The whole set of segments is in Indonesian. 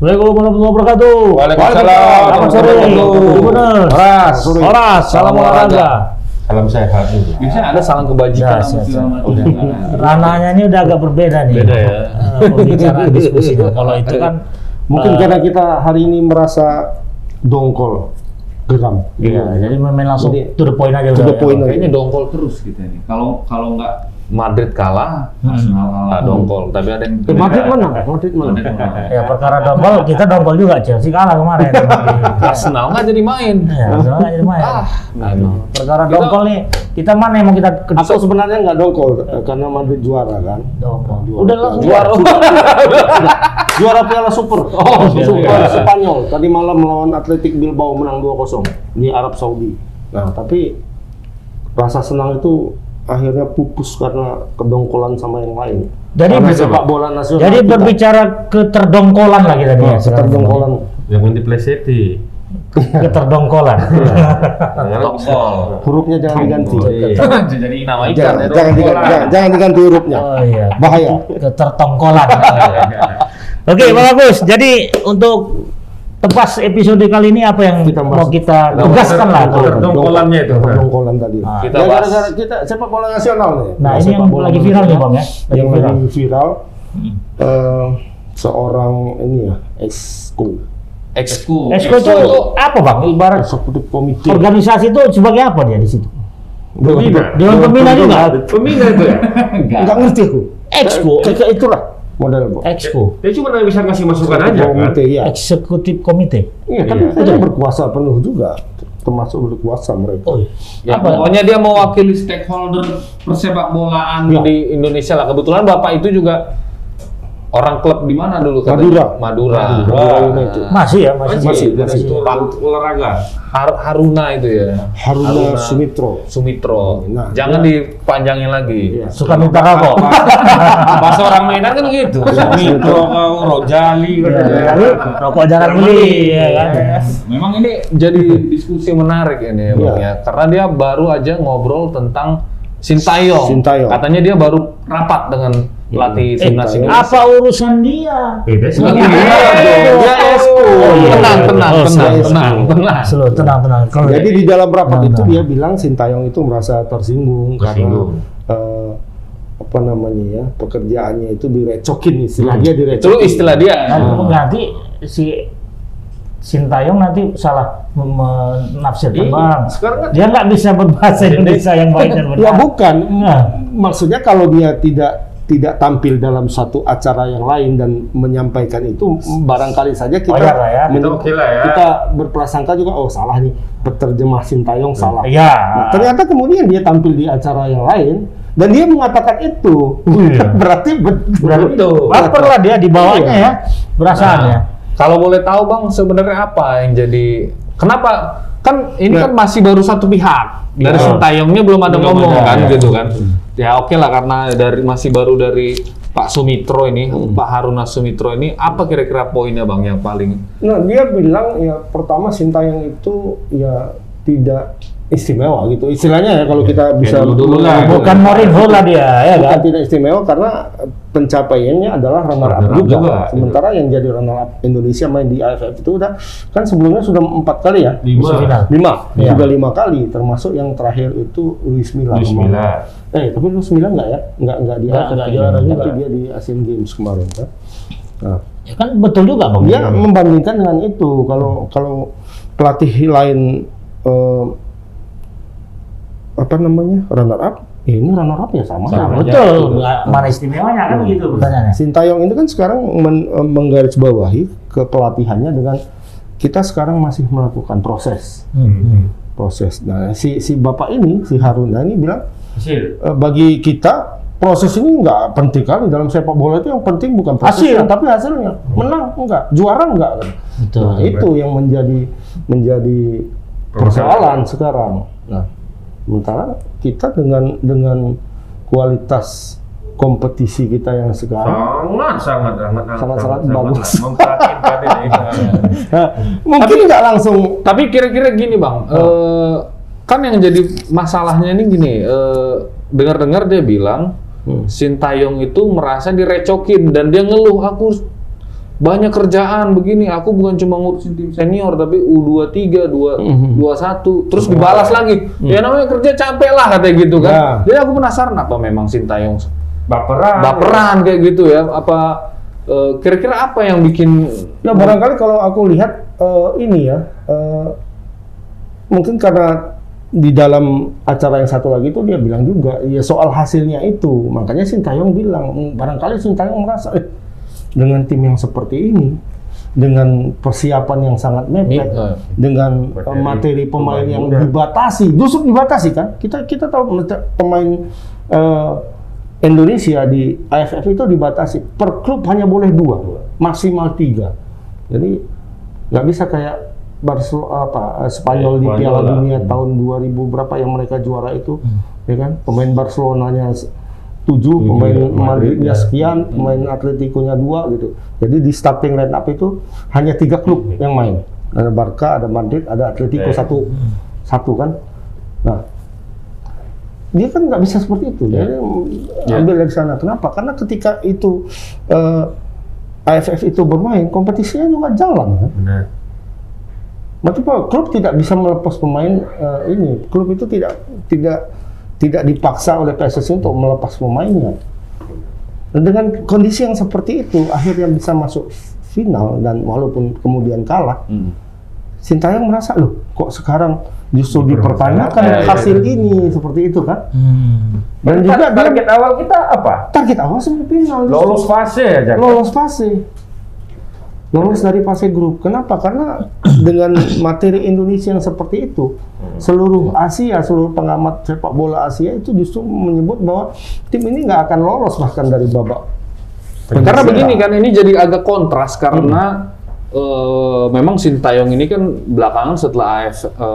Assalamualaikum warahmatullahi wabarakatuh. Waalaikumsalam. Selamat sore. Gubernur. Horas. Salam olahraga. Salam sehat juga. Bisa ada salam kebajikan Ya, segala macam. Ranahnya ini udah agak berbeda nih. Beda ya. Pembicaraan diskusinya. Kalau itu kan Mungkin karena kita hari ini merasa dongkol, geram. iya, jadi main langsung Jadi, to the point aja to udah. the point. Kayaknya dongkol terus kita ini. Kalau nggak Madrid kalah, Arsenal kalah. Dongkol, tapi ada yang Madrid menang, Madrid menang. Ya perkara dongkol, kita dongkol juga. Chelsea kalah kemarin. Arsenal nggak jadi main. Ya, Arsenal nggak jadi main. Perkara dongkol nih, kita mana yang mau kita Aku sebenarnya nggak dongkol karena Madrid juara kan. dongkol? Udah langsung Juara. Juara Piala Super. Super iya. Spanyol. Tadi malam melawan Athletic Bilbao menang 2-0 di Arab Saudi. Nah, tapi rasa senang itu akhirnya pupus karena kedongkolan sama yang lain. Jadi karena sepak bola nasional. Jadi kita- berbicara keterdongkolan lagi tadi ya. keterdongkolan. Yang di Play City. Keterdongkolan. Dongkol. Hurufnya jangan diganti. Jadi nama ikan. Jangan diganti hurufnya. Oh iya. Bahaya. Ketertongkolan. Oke, Bang Agus. Jadi untuk tepas episode kali ini apa yang Kita bahas. mau kita tugaskan lah? Dongkolannya itu. Kedongkolan tadi. Kita Ya, bahas. gara-gara kita sepak bola nasional nih. Nah, ini Sepak yang bola lagi viral nih, Bang ya. Yang lagi viral seorang ini ya, exco Exco. Exco itu apa, Bang? Ibarat eksekutif komite. organisasi itu sebagai apa dia di situ? Pembina. Dewan pembina juga. Pembina itu ya. Enggak ngerti aku. Exco. Kayak itulah model Bu. Exco. Dia cuma bisa ngasih masukan aja kan. Komite ya. Eksekutif komite. Iya, tapi mereka berkuasa penuh juga. Termasuk berkuasa mereka. Oh, Ya, apa? pokoknya dia mewakili stakeholder persepak bolaan Ya. di Indonesia lah. Kebetulan bapak itu juga orang klub di mana dulu? Madura. Madura. United. Masih ya, masih. Masih. Olahraga. Haruna itu ya. Haruna Sumitro. Sumitro. Nah, Jangan dipanjangin lagi. Iya. Suka minta rokok. Bahasa orang Medan kan gitu. Sumitro, Rojali. Lalu rokok jarang beli, ya kan? Memang ini jadi diskusi menarik ini ya, Bang Iya. ya. Karena dia baru aja ngobrol tentang Sintayong. Sintayong. Katanya dia baru rapat dengan pelatih timnas Sintayong. Indonesia. Apa urusan dia? Beda sih. Dia exco. iya. Tenang. Slow, tenang. Kalau Jadi di dalam rapat Nah, itu nah. dia bilang Sintayong itu merasa tersinggung Tersinggung. karena apa namanya ya, pekerjaannya itu direcokin, istilah dia Itu direcokin. istilah dia. nanti si Sintayong nanti salah menafsirkan, Bang. Sekarang kan Dia nggak bisa berbahasa Indonesia yang baik dan benar. Ya bukan, Nah. maksudnya kalau dia tidak tampil dalam satu acara yang lain dan menyampaikan itu, barangkali saja kita Wajar lah ya. men- Itu oke lah ya. kita berprasangka juga, oh salah nih, penerjemah Sintayong salah. Iya. Nah, ternyata kemudian dia tampil di acara yang lain dan dia mengatakan itu. Iya. Berarti betul. Baper lah dia dibawanya Iya. ya, perasaannya. Nah, kalau boleh tahu Bang, sebenarnya apa yang jadi kenapa kan ini Ya. kan masih baru satu pihak dari Ya. Sintayongnya belum ada Belum ngomong ada, kan ya. gitu kan. Ya oke lah karena masih baru dari Pak Sumitro ini, Pak Haruna Sumitro ini apa kira-kira poinnya Bang yang paling Nah, dia bilang ya pertama Sintayong itu ya tidak istimewa gitu. Istilahnya ya kalau kita bisa dulu lah. Bukan Mourinho lah dia, ya bukan kan? tidak istimewa karena pencapaiannya adalah runner up Runner up juga. juga. Sementara yang jadi runner up Indonesia main di AFF itu udah kan sebelumnya sudah 4 kali ya. 5 final. 5, Iya. juga 5 kali, termasuk yang terakhir itu Luis Milla. Luis Milla. Tapi Luis Milla nggak ya? Nggak di Nggak, AFF. nggak juara Tapi juga. dia di Asian Games kemarin kan. Nah, Ya kan betul juga, Bang. dia membandingkan dengan itu. Kalau pelatih lain apa namanya runner up, ya ini runner up ya sama. Nah, aja. betul. Mana istimewanya kan begitu pertanyaannya. Sintayong itu kan sekarang menggarisbawahi kepelatihannya dengan kita sekarang masih melakukan proses. Proses. Nah, si bapak ini, si Haruna ini bilang bagi kita proses ini nggak penting kali dalam sepak bola. Itu yang penting bukan prosesnya, tapi hasilnya. Menang enggak, juara enggak kan. Betul. Nah, itu yang menjadi persoalan sekarang. Nah, sementara kita dengan kualitas kompetisi kita yang sekarang sangat bagus. memperhatikan ini. Nah, mungkin nggak langsung. tapi kira-kira gini Bang, kan yang jadi masalahnya ini gini, dengar-dengar dia bilang Sintayong itu merasa direcokin dan dia ngeluh, aku banyak kerjaan begini, aku bukan cuma ngurusin tim senior tapi U23, 21, terus dibalas lagi. Ya namanya kerja capek lah katanya gitu kan. Ya. Jadi aku penasaran apa memang Sintayong Baperan. kayak gitu ya? Apa kira-kira apa yang bikin? Ya barangkali kalau aku lihat ini ya, mungkin karena di dalam acara yang satu lagi itu dia bilang juga ya soal hasilnya itu, makanya Sintayong bilang barangkali Sintayong merasa dengan tim yang seperti ini, dengan persiapan yang sangat mepet, dengan materi pemain yang dibatasi, justru dibatasi kan? Kita tahu pemain Indonesia di AFF itu dibatasi, per klub hanya boleh 2, maksimal 3. Jadi nggak bisa kayak Spanyol di Piala Dunia tahun 2000 berapa yang mereka juara itu, ya kan? Pemain Barcelonanya 7, pemain Madridnya sekian, pemain Atletico-nya 2 gitu. Jadi di starting line up itu hanya 3 klub yang main. Ada Barca, ada Madrid, ada Atletico satu kan. Nah, dia kan nggak bisa seperti itu. Jadi ambil dari sana. Kenapa? Karena ketika itu AFF itu bermain, kompetisinya juga jalan kan. Benar. Berarti klub tidak bisa melepas pemain ini. Klub itu tidak dipaksa oleh PSSI untuk melepas pemainnya. Dan dengan kondisi yang seperti itu, akhirnya bisa masuk final dan walaupun kemudian kalah, Sintayong merasa loh, kok sekarang justru dipertanyakan hasil ini seperti itu kan? Dan juga target awal kita apa? Target awal semifinal. Lolos fase aja. Lolos fase. Lolos dari fase grup. Kenapa? Karena dengan materi Indonesia yang seperti itu, seluruh Asia, seluruh pengamat sepak bola Asia itu justru menyebut bahwa tim ini nggak akan lolos bahkan dari babak. Karena begini kan, ini jadi agak kontras karena memang Sintayong ini kan belakangan setelah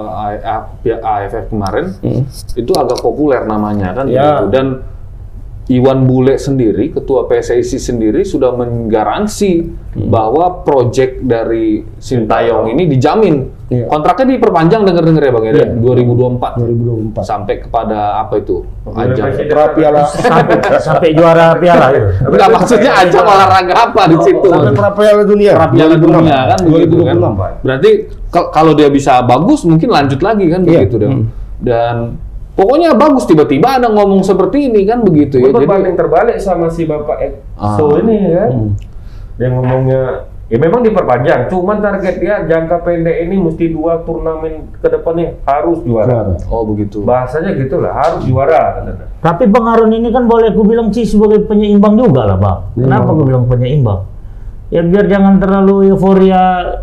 AFF kemarin itu agak populer namanya kan, gitu. Dan Iwan Bule sendiri, ketua PSSI sendiri sudah menggaransi bahwa proyek dari Sintayong ini dijamin. Kontraknya diperpanjang dengar-dengar ya Bang ya, 2024 sampai kepada apa itu? Ajang Piala sampai juara piala itu. Enggak, maksudnya ajang olahraga apa di situ? sampai Piala Dunia. Piala Dunia kan begitu kan. 2026. Berarti kalau dia bisa bagus mungkin lanjut lagi kan begitu dong. Dan pokoknya bagus, tiba-tiba ada ngomong seperti ini kan begitu ya. Jadi terbalik sama si Bapak Exo ini kan. Dia ngomongnya ya memang diperpanjang, cuman target dia jangka pendek ini mesti 2 turnamen ke depannya harus juara. Oh begitu. Bahasanya gitulah, harus juara katanya. Tapi Bang Harun ini kan boleh aku bilang sih sebagai penyeimbang juga lah Bang. Kenapa aku bilang penyeimbang? Ya biar jangan terlalu euforia,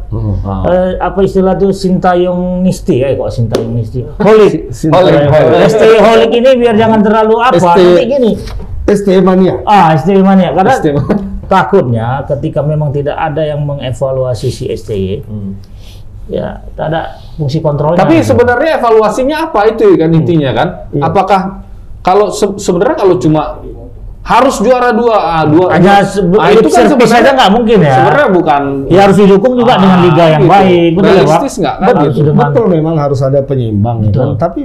apa istilah itu Sintayong nisti ya, kok Sintayong nisti? Holik. ST holik ini biar jangan terlalu apa, nanti gini. ST mania. ST mania, karena takutnya ketika memang tidak ada yang mengevaluasi si STY, ya tak ada fungsi kontrolnya. Tapi sebenarnya evaluasinya apa itu kan intinya kan? Apakah kalau sebenarnya kalau cuma harus juara dua hanya itu kan sebenarnya nggak mungkin ya. Sebenarnya bukan. Ya harus didukung juga dengan liga yang gitu. baik. Betul ya Pak? Realistis nggak kan? Betul, memang harus ada penyeimbang ya kan. Tapi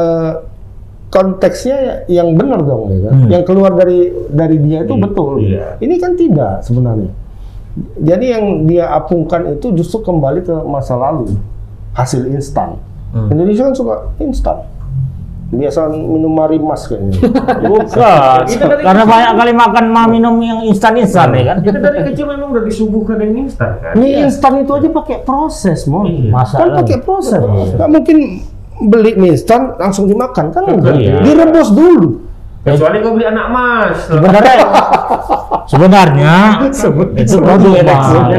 konteksnya yang benar dong ya kan. Yang keluar dari dia itu betul. Ini kan tidak sebenarnya. Jadi yang dia apungkan itu justru kembali ke masa lalu, hasil instan. Indonesia kan suka instan. Biasa minum Marimas kayaknya. Bukan. Karena banyak kali makan minum yang instan-instan ya kan. Kita dari kecil memang udah disuguhkan yang instan kan. Mie instan itu aja pakai proses, Mon. Kan Masalah. pakai proses. Nggak mungkin beli mie instan langsung dimakan kan enggak. Iya. Direbus dulu. Kecuali kau beli anak mas. Sebenarnya itu produk Bang.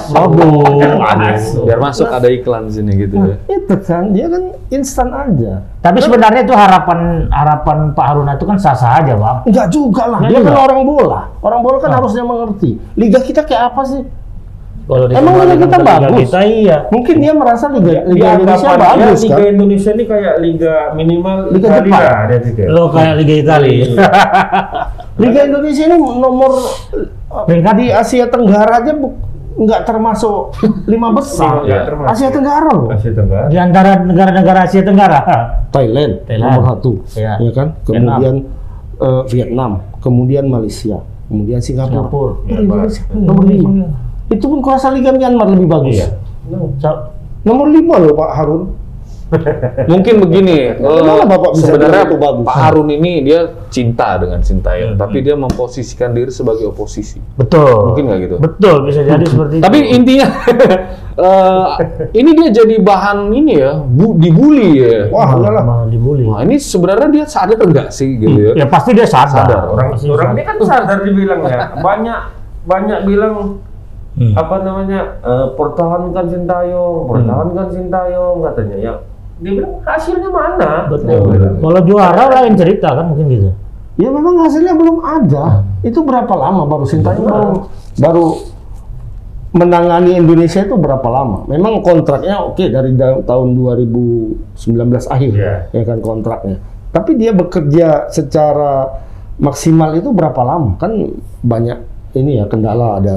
Biar masuk ada iklan sini gitu ya. Itu kan dia kan instan aja. Tapi sebenarnya itu harapan Pak Haruna itu kan sah-sah aja Bang. Enggak juga lah. Dia kan orang bola. Orang bola kan harusnya mengerti. Liga kita kayak apa sih? Kalau Emang liga kita bagus. Kita iya. Mungkin dia merasa liga Indonesia bagus Liga kan. Indonesia ini kayak liga minimal Liga Italia Jepang. dia pikir. Lo kayak Liga Italia. Liga Indonesia ini nomor di Asia Tenggara aja nggak termasuk 5 besar. Nggak termasuk. Asia Tenggara loh. Asia Tenggara. Di antara negara-negara Asia Tenggara. Thailand nomor 1, ya kan? Kemudian Vietnam, kemudian Malaysia, kemudian Singapura. Indonesia nomor 5. Itu pun kuasa Liga Myanmar lebih bagus. Iya. Nomor 5 loh Pak Harun. Mungkin begini, Gimana Bapak bisa sebenarnya bilang itu bagus? Pak Harun ini dia cinta dengan Sintayong, tapi dia memposisikan diri sebagai oposisi. Betul. Mungkin nggak gitu? Betul, bisa jadi seperti itu. Tapi intinya ini dia jadi bahan ini ya, dibully ya. Wah, iyalah. malah dibully. Wah, ini sebenarnya dia sadar nggak sih gitu ya? Ya pasti dia sadar. Orang Pasti orang dia kan sadar dibilang ya. Banyak bilang apa namanya pertahankan Sintayong katanya ya. Dia bilang hasilnya mana? Betul. Kalau juara lain cerita kan mungkin gitu. Ya memang hasilnya belum ada. Itu berapa lama baru Sintayong baru menangani Indonesia itu berapa lama? Memang kontraknya oke dari tahun 2019 akhir ya kan kontraknya. Tapi dia bekerja secara maksimal itu berapa lama? Kan banyak ini ya kendala, ada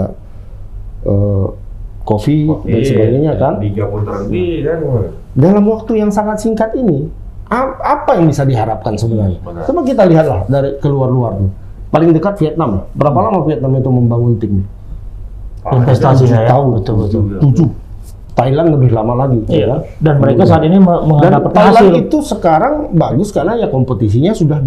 COVID dan sebagainya kan. Liga pun terhenti kan. Dalam waktu yang sangat singkat ini, apa yang bisa diharapkan sebenarnya? Coba kita lihatlah dari keluar-luar nih. Paling dekat Vietnam. Berapa lama Vietnam itu membangun tim? Investasinya ya. Tahun. Betul. 7. Thailand lebih lama lagi. Iya. Ya. Dan mereka saat ini Dan mendapatkan Thailand hasil. itu sekarang bagus karena ya kompetisinya sudah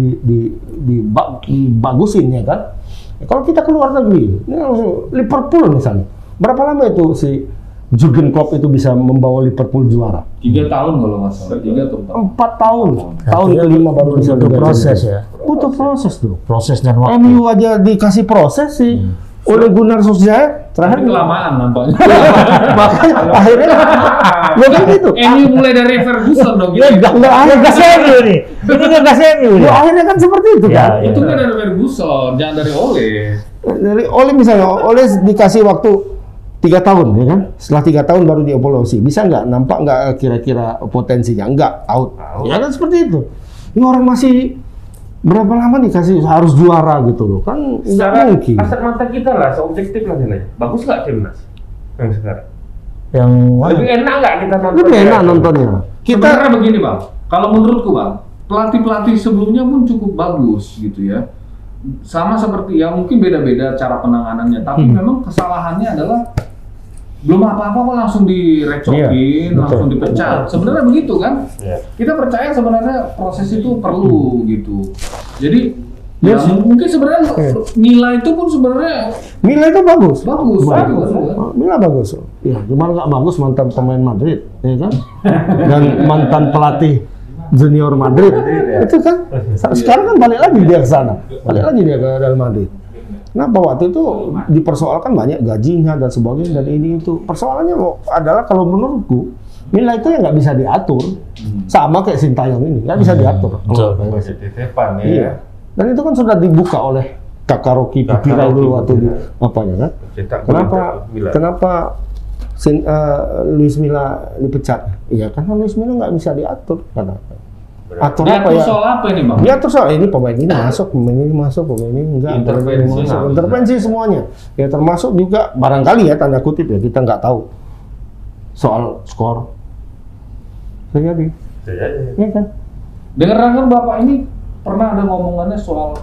dibagusin ya kan. Kalau kita keluar negeri, ini langsung Liverpool misalnya. Berapa lama itu si Jurgen Klopp itu bisa membawa Liverpool juara? 3 tahun kalau nggak salah. 3 atau 4. 4 tahun. Tahun kelima baru bisa butuh juga proses jadi. ya. Butuh proses tuh. Proses dan waktu. MU aja dikasih proses sih. Oleh Gunnar Solskjaer terakhir Kelamaan nampaknya. makanya akhirnya ya kan gitu. MU mulai dari Ferguson dong. Ya Ini gas MU nih. Ini gas MU Ya, ya. akhirnya kan seperti itu Ya, kan. ya. Itu kan dari Ferguson, jangan dari Ole. Dari Ole misalnya, Ole dikasih waktu 3 tahun ya kan. Setelah 3 tahun baru dievaluasi. Bisa nggak nampak nggak kira-kira potensinya? Nggak, out. Ya kan seperti itu. Ini orang masih berapa lama dikasih harus juara gitu loh kan nggak Secara mungkin. kasat mata kita lah, seobjektif lah nilainya. Bagus nggak timnas yang sekarang? Yang mana? Lebih enak nggak kita nonton? Lebih enak nontonnya. Kita Sebenarnya begini bang, kalau menurutku bang, pelatih sebelumnya pun cukup bagus gitu ya. Sama seperti ya mungkin beda-beda cara penanganannya, tapi memang kesalahannya adalah belum apa-apa kok langsung direcokin, Iya, langsung betul. dipecat. Sebenarnya begitu kan? Iya. Kita percaya sebenarnya proses itu perlu gitu. Jadi Yes. ya, mungkin sebenarnya nilai itu pun sebenarnya Mila itu bagus. bagus. Gitu, kan? Mila bagus. Ya, cuma nggak bagus mantan pemain Madrid, ya kan? Dan mantan pelatih junior Madrid, itu kan. Sekarang kan balik lagi dia ke sana, balik lagi dia ke Real Madrid. Kenapa waktu itu dipersoalkan banyak gajinya dan sebagainya dan ini itu. Persoalannya adalah kalau menurutku Mila itu yang nggak bisa diatur, sama kayak Sintayong ini nggak bisa diatur. Masih titipan ya. Iya. Dan itu kan sudah dibuka oleh Kakak Rocky Pipira dulu waktu di apanya kan? Kenapa Luis Milla dipecat? Iya karena Luis Milla nggak bisa diatur. Karena atur Dia apa tuh ya? soal apa ini bang? Dia terus ini pemain ini masuk, pemain ini masuk, pemain ini enggak, Intervensi. pemain ini masuk. Intervensi semuanya. Ya termasuk juga barangkali ya tanda kutip ya kita nggak tahu soal skor. Jadi, ya kan? Dengar bapak ini pernah ada ngomongannya soal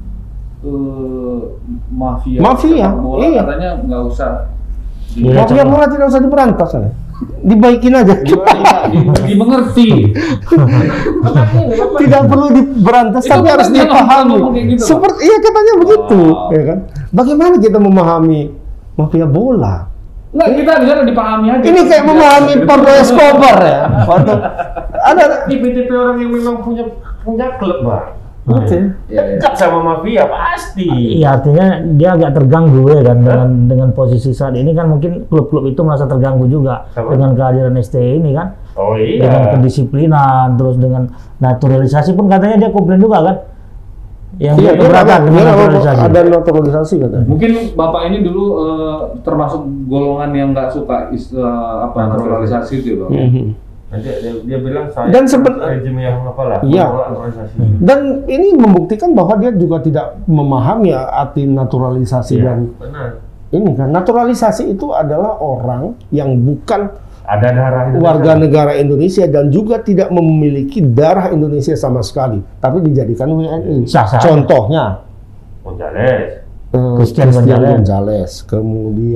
mafia. Mafia, sepak bola, iya. Katanya nggak usah. Iya, Mafia coba. bola tidak usah diberantas kan? Dibaikin aja. Dimengerti. Tidak perlu diberantas Itu tapi harus katanya dipahami. ngomong kayak gitu, Pak. Seperti iya katanya begitu, Wow. ya kan? Bagaimana kita memahami mafia bola? Nggak, kita bisa dipahami aja. Ini kayak memahami Pablo Escobar ya. Waktu ada Tipe-tipe orang yang memang punya klub bang. Oke. Dekat sama mafia pasti. Iya, artinya dia agak terganggu ya kan dengan posisi saat ini kan mungkin klub-klub itu merasa terganggu juga Sama. dengan kehadiran STI ini kan. Oh Dengan iya. kedisiplinan terus dengan naturalisasi pun katanya dia komplain juga kan. Yang Iya, dia dia keberatan dengan nggak mau naturalisasi. ada naturalisasi katanya. Mungkin bapak ini dulu termasuk golongan yang nggak suka istilah naturalisasi itu ya bang. Mhm. Nanti dia bilang saya Dan rezim yang apalah. Iya. Naturalisasi. Dan ini membuktikan bahwa dia juga tidak memahami arti naturalisasi dan Benar. ini kan naturalisasi itu adalah orang yang bukan Ada darah Indonesia. warga negara Indonesia dan juga tidak memiliki darah Indonesia sama sekali, tapi dijadikan WNI. Sah-sah. Contohnya Gonzales. Christian Gonzalez. Gonzalez, kemudian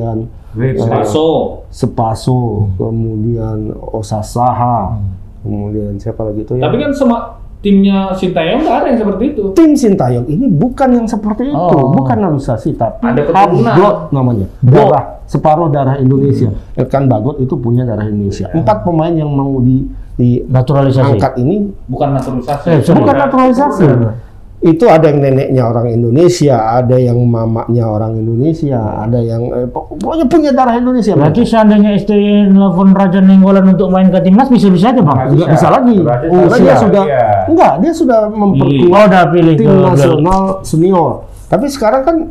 Sepaso, kemudian Osasaha, kemudian siapa lagi itu ya? Tapi kan semua timnya Sintayong nggak ada yang seperti itu. Tim Sintayong ini bukan yang seperti itu, bukan naturalisasi, tapi Ada half keturunan. blood namanya, separuh darah Indonesia. Elkan Bagot itu punya darah Indonesia. 4 pemain yang mau di Naturalisasi. angkat ini Bukan naturalisasi. bukan naturalisasi. Itu ada yang neneknya orang Indonesia, ada yang mamanya orang Indonesia, ada yang pokoknya punya darah Indonesia. Berarti seandainya STY nelfon Raja Nenggolan untuk main ke timnas bisa-bisa aja Bang? Nggak bisa lagi. Karena dia sudah dia sudah memperkuat udah pilih tim nasional senior. Tapi sekarang kan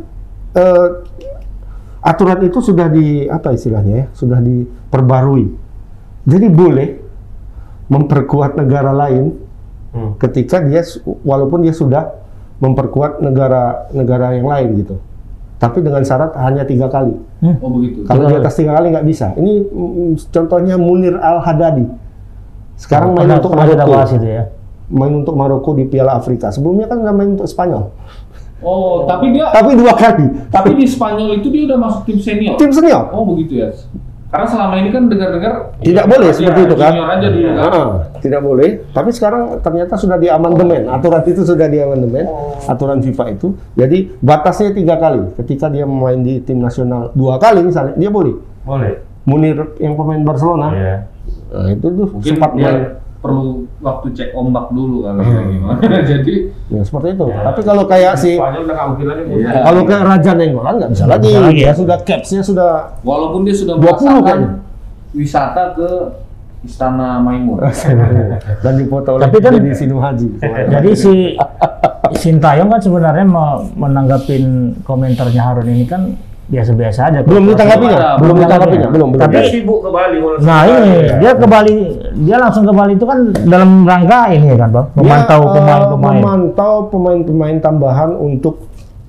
aturan itu sudah apa istilahnya ya, sudah diperbarui. Jadi boleh memperkuat negara lain ketika dia walaupun dia sudah memperkuat negara yang lain gitu. Tapi dengan syarat hanya 3 kali. Oh begitu. Kalau di atas 3 kali nggak bisa. Ini contohnya Munir Al-Haddadi. Sekarang main untuk Maroko. Ya. Main untuk Maroko di Piala Afrika. Sebelumnya kan nggak main untuk Spanyol. Oh, tapi 2 kali. Tapi di Spanyol itu dia udah masuk tim senior. Tim senior. Oh begitu ya. Karena selama ini kan dengar-dengar Tidak boleh seperti itu kan? Junior aja dulu kan. Tidak boleh. Tapi sekarang ternyata sudah diamandemen. Aturan itu sudah diamandemen. Aturan FIFA itu. Jadi batasnya 3 kali. Ketika dia main di tim nasional 2 kali misalnya, dia boleh. Boleh. Munir yang pemain Barcelona. Iya. Nah, itu tuh Mungkin sempat dia main. perlu waktu cek ombak dulu kali ya gimana. Jadi Ya seperti itu. Tapi kalau kayak si Spanyol udah nggak mungkin lagi. kalau kayak Raja Nenggolan nggak bisa lagi. Dia sudah capsnya sudah walaupun dia sudah 20 merasakan kayaknya. wisata ke Istana Maimun. dan dipoto oleh Tapi kan- jadi Sinu Haji. Jadi si Sintayong kan sebenarnya menanggapin komentarnya Harun ini kan biasa-biasa aja. Belum ditanggapinya, Belum belum. Tapi Dia sibuk ke Bali. kalau nah sekarang ini ya. dia ke Bali, dia langsung ke Bali itu kan dalam rangka ini kan Bang, memantau pemain-pemain. Memantau pemain-pemain tambahan untuk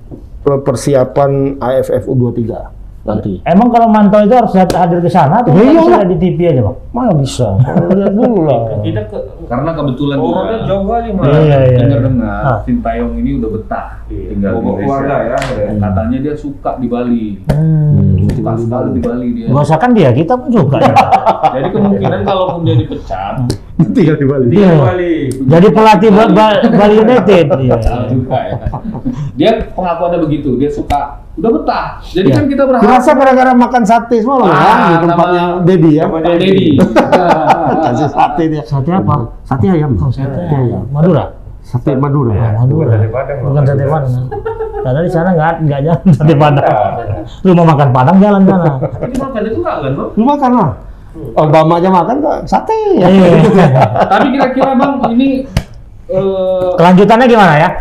persiapan AFF U23 nanti. Emang kalau mantau itu harus hadir ke sana atau Ya, bisa iyalah. lihat di TV aja Bang? Mana bisa? Lihat dulu lah. Kita ke Karena kebetulan orangnya juga jauh kali mah. Iya. dengar-dengar Ah. Sintayong ini udah betah tinggal di Bawa keluarga Indonesia. ya. Katanya dia suka di Bali. Suka sekali di Bali dia. Gak usah kan dia, kita pun suka. Jadi kemungkinan kalaupun dia dipecat, Tinggal di Bali. Dia Iya. ke Bali. Jadi pelatih Bali United. Iya. suka ya. Dia pengakuannya begitu, dia suka, udah betah. Jadi Iya. kan kita berharap Dirasa gara-gara makan sate semalam kan di tempatnya nama- Dedi ya. Pak Dedi. Kasih sate dia. Sate apa? Sate ayam. Sate Madura. Sate Madura. Madura. Sate Padang, Bukan Bang. sate Padang. Karena di sana nggak jalan sate Padang. Rumah makan Padang jalan sana. Tapi makan itu nggak kan, Bang? Lu makan lah. Obama aja makan kok sate. Iya. Tapi kira-kira Bang ini Kelanjutannya gimana ya?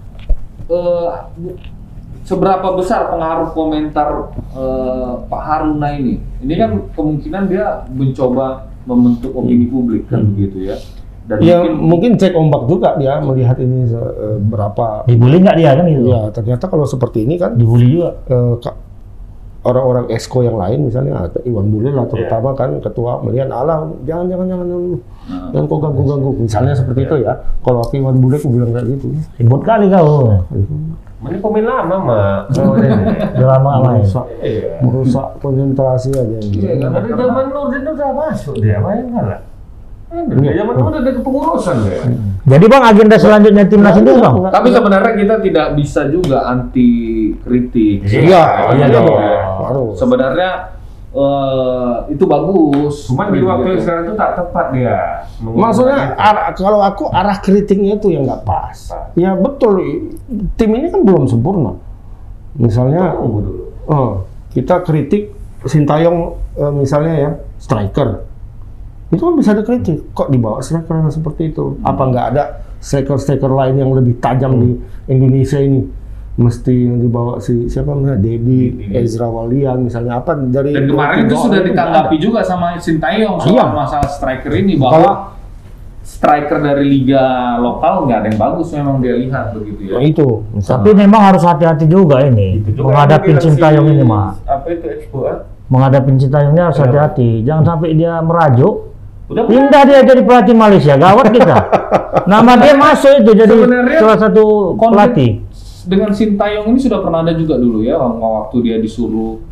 seberapa besar pengaruh komentar Pak Haruna ini? Ini kan kemungkinan dia mencoba membentuk opini publik kan begitu ya. Dan Ya mungkin cek ombak juga dia melihat ini berapa. Dibully nggak dia kan gitu? Ya ternyata kalau seperti ini kan Dibully juga. orang-orang esko yang lain misalnya Iwan Bule lah terutama kan ketua melihat jangan kau ganggu misalnya seperti itu ya. Kalau aku Iwan Bule aku bilang kayak gitu. Ribut kali kau. Ini pemain lama, Mak. Udah lama nggak main. merusak konsentrasi aja. Iya, kan dari zaman Nurdin udah masuk dia main kan lah. Dari zaman Nurdin ada kepengurusan ya. Jadi Bang, agenda selanjutnya timnas itu Bang? tapi sebenarnya kita tidak bisa juga anti kritik. Iya dong. Harus. Sebenarnya itu bagus. Cuman di waktu yang sekarang itu tak tepat dia. Maksudnya kalau aku arah kritiknya itu yang nggak pas. Ya betul, tim ini kan belum sempurna. Misalnya kita kritik Sintayong misalnya ya striker, itu kan bisa dikritik. Kok dibawa striker yang seperti itu? Apa nggak ada striker lain yang lebih tajam di Indonesia ini? Mesti yang dibawa siapa namanya Dedi, Ezra Walian misalnya apa dari. Dan kemarin itu sudah ditanggapi juga sama Sintayong soal Iya. masalah striker ini bahwa striker dari liga lokal nggak ada yang bagus memang dia lihat begitu ya. Nah itu. Tapi memang harus hati-hati juga ini menghadapi Sintayong ini Mak. Apa itu Expo? Menghadapi Sintayong ini harus hati-hati. Jangan sampai dia merajuk. Udah Pindah dia jadi pelatih Malaysia, gawat kita. Nama dia masuk itu jadi Sebenarnya salah satu pelatih. Dengan Sintayong ini sudah pernah ada juga dulu ya waktu dia disuruh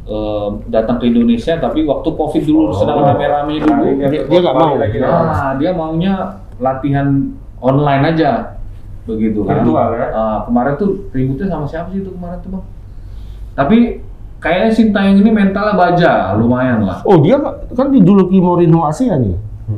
datang ke Indonesia, tapi waktu COVID dulu sedang rame-rame dulu. Dia nggak mau. Nah, dia maunya latihan online aja, begitu kan? Virtual ya? Kemarin tuh ributnya sama siapa sih itu kemarin tuh bang? Tapi kayaknya Sintayong ini mentalnya baja, lumayan lah. Oh dia kan dijuluki Mourinho Asia nih.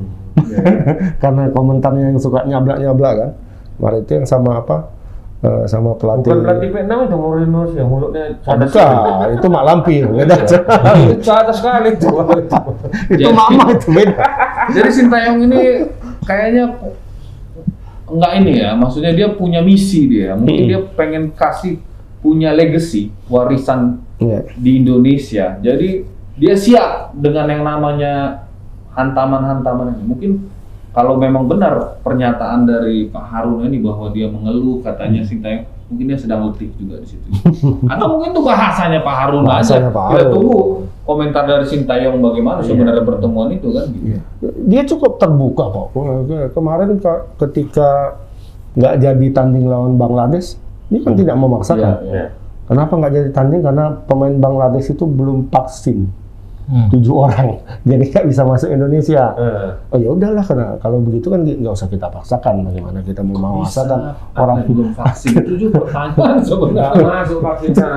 Karena komentarnya yang suka nyablak-nyablak kan. Kemarin itu yang sama apa? Sama pelatih. Bukan pelatih Vietnam itu Mourinho sih, yang mulutnya cadas. Bukan, itu Mak Lampir. Beda. Itu cadas sekali itu. Itu mama itu beda. Jadi Sintayong ini kayaknya enggak ini ya, maksudnya dia punya misi dia. Mungkin dia pengen punya legacy, warisan di Indonesia. Jadi dia siap dengan yang namanya hantaman-hantaman ini. Mungkin kalau memang benar pernyataan dari Pak Harun ini bahwa dia mengeluh katanya Sintayong, mungkin dia sedang letih juga di situ. Atau mungkin itu bahasanya Pak Harun aja. Kita tunggu komentar dari Sintayong bagaimana sebenarnya pertemuan itu kan. Gitu. Dia cukup terbuka kok. Kemarin ketika nggak jadi tanding lawan Bangladesh, dia kan tidak memaksakan. Kenapa nggak jadi tanding? Karena pemain Bangladesh itu belum vaksin. 7 orang, jadi nggak bisa masuk Indonesia. Oh ya udahlah, karena kalau begitu kan nggak usah kita paksakan. Bagaimana kita mau memaksakan orang belum vaksin itu juga pertanyaan sebenarnya. Masuk vaksin sana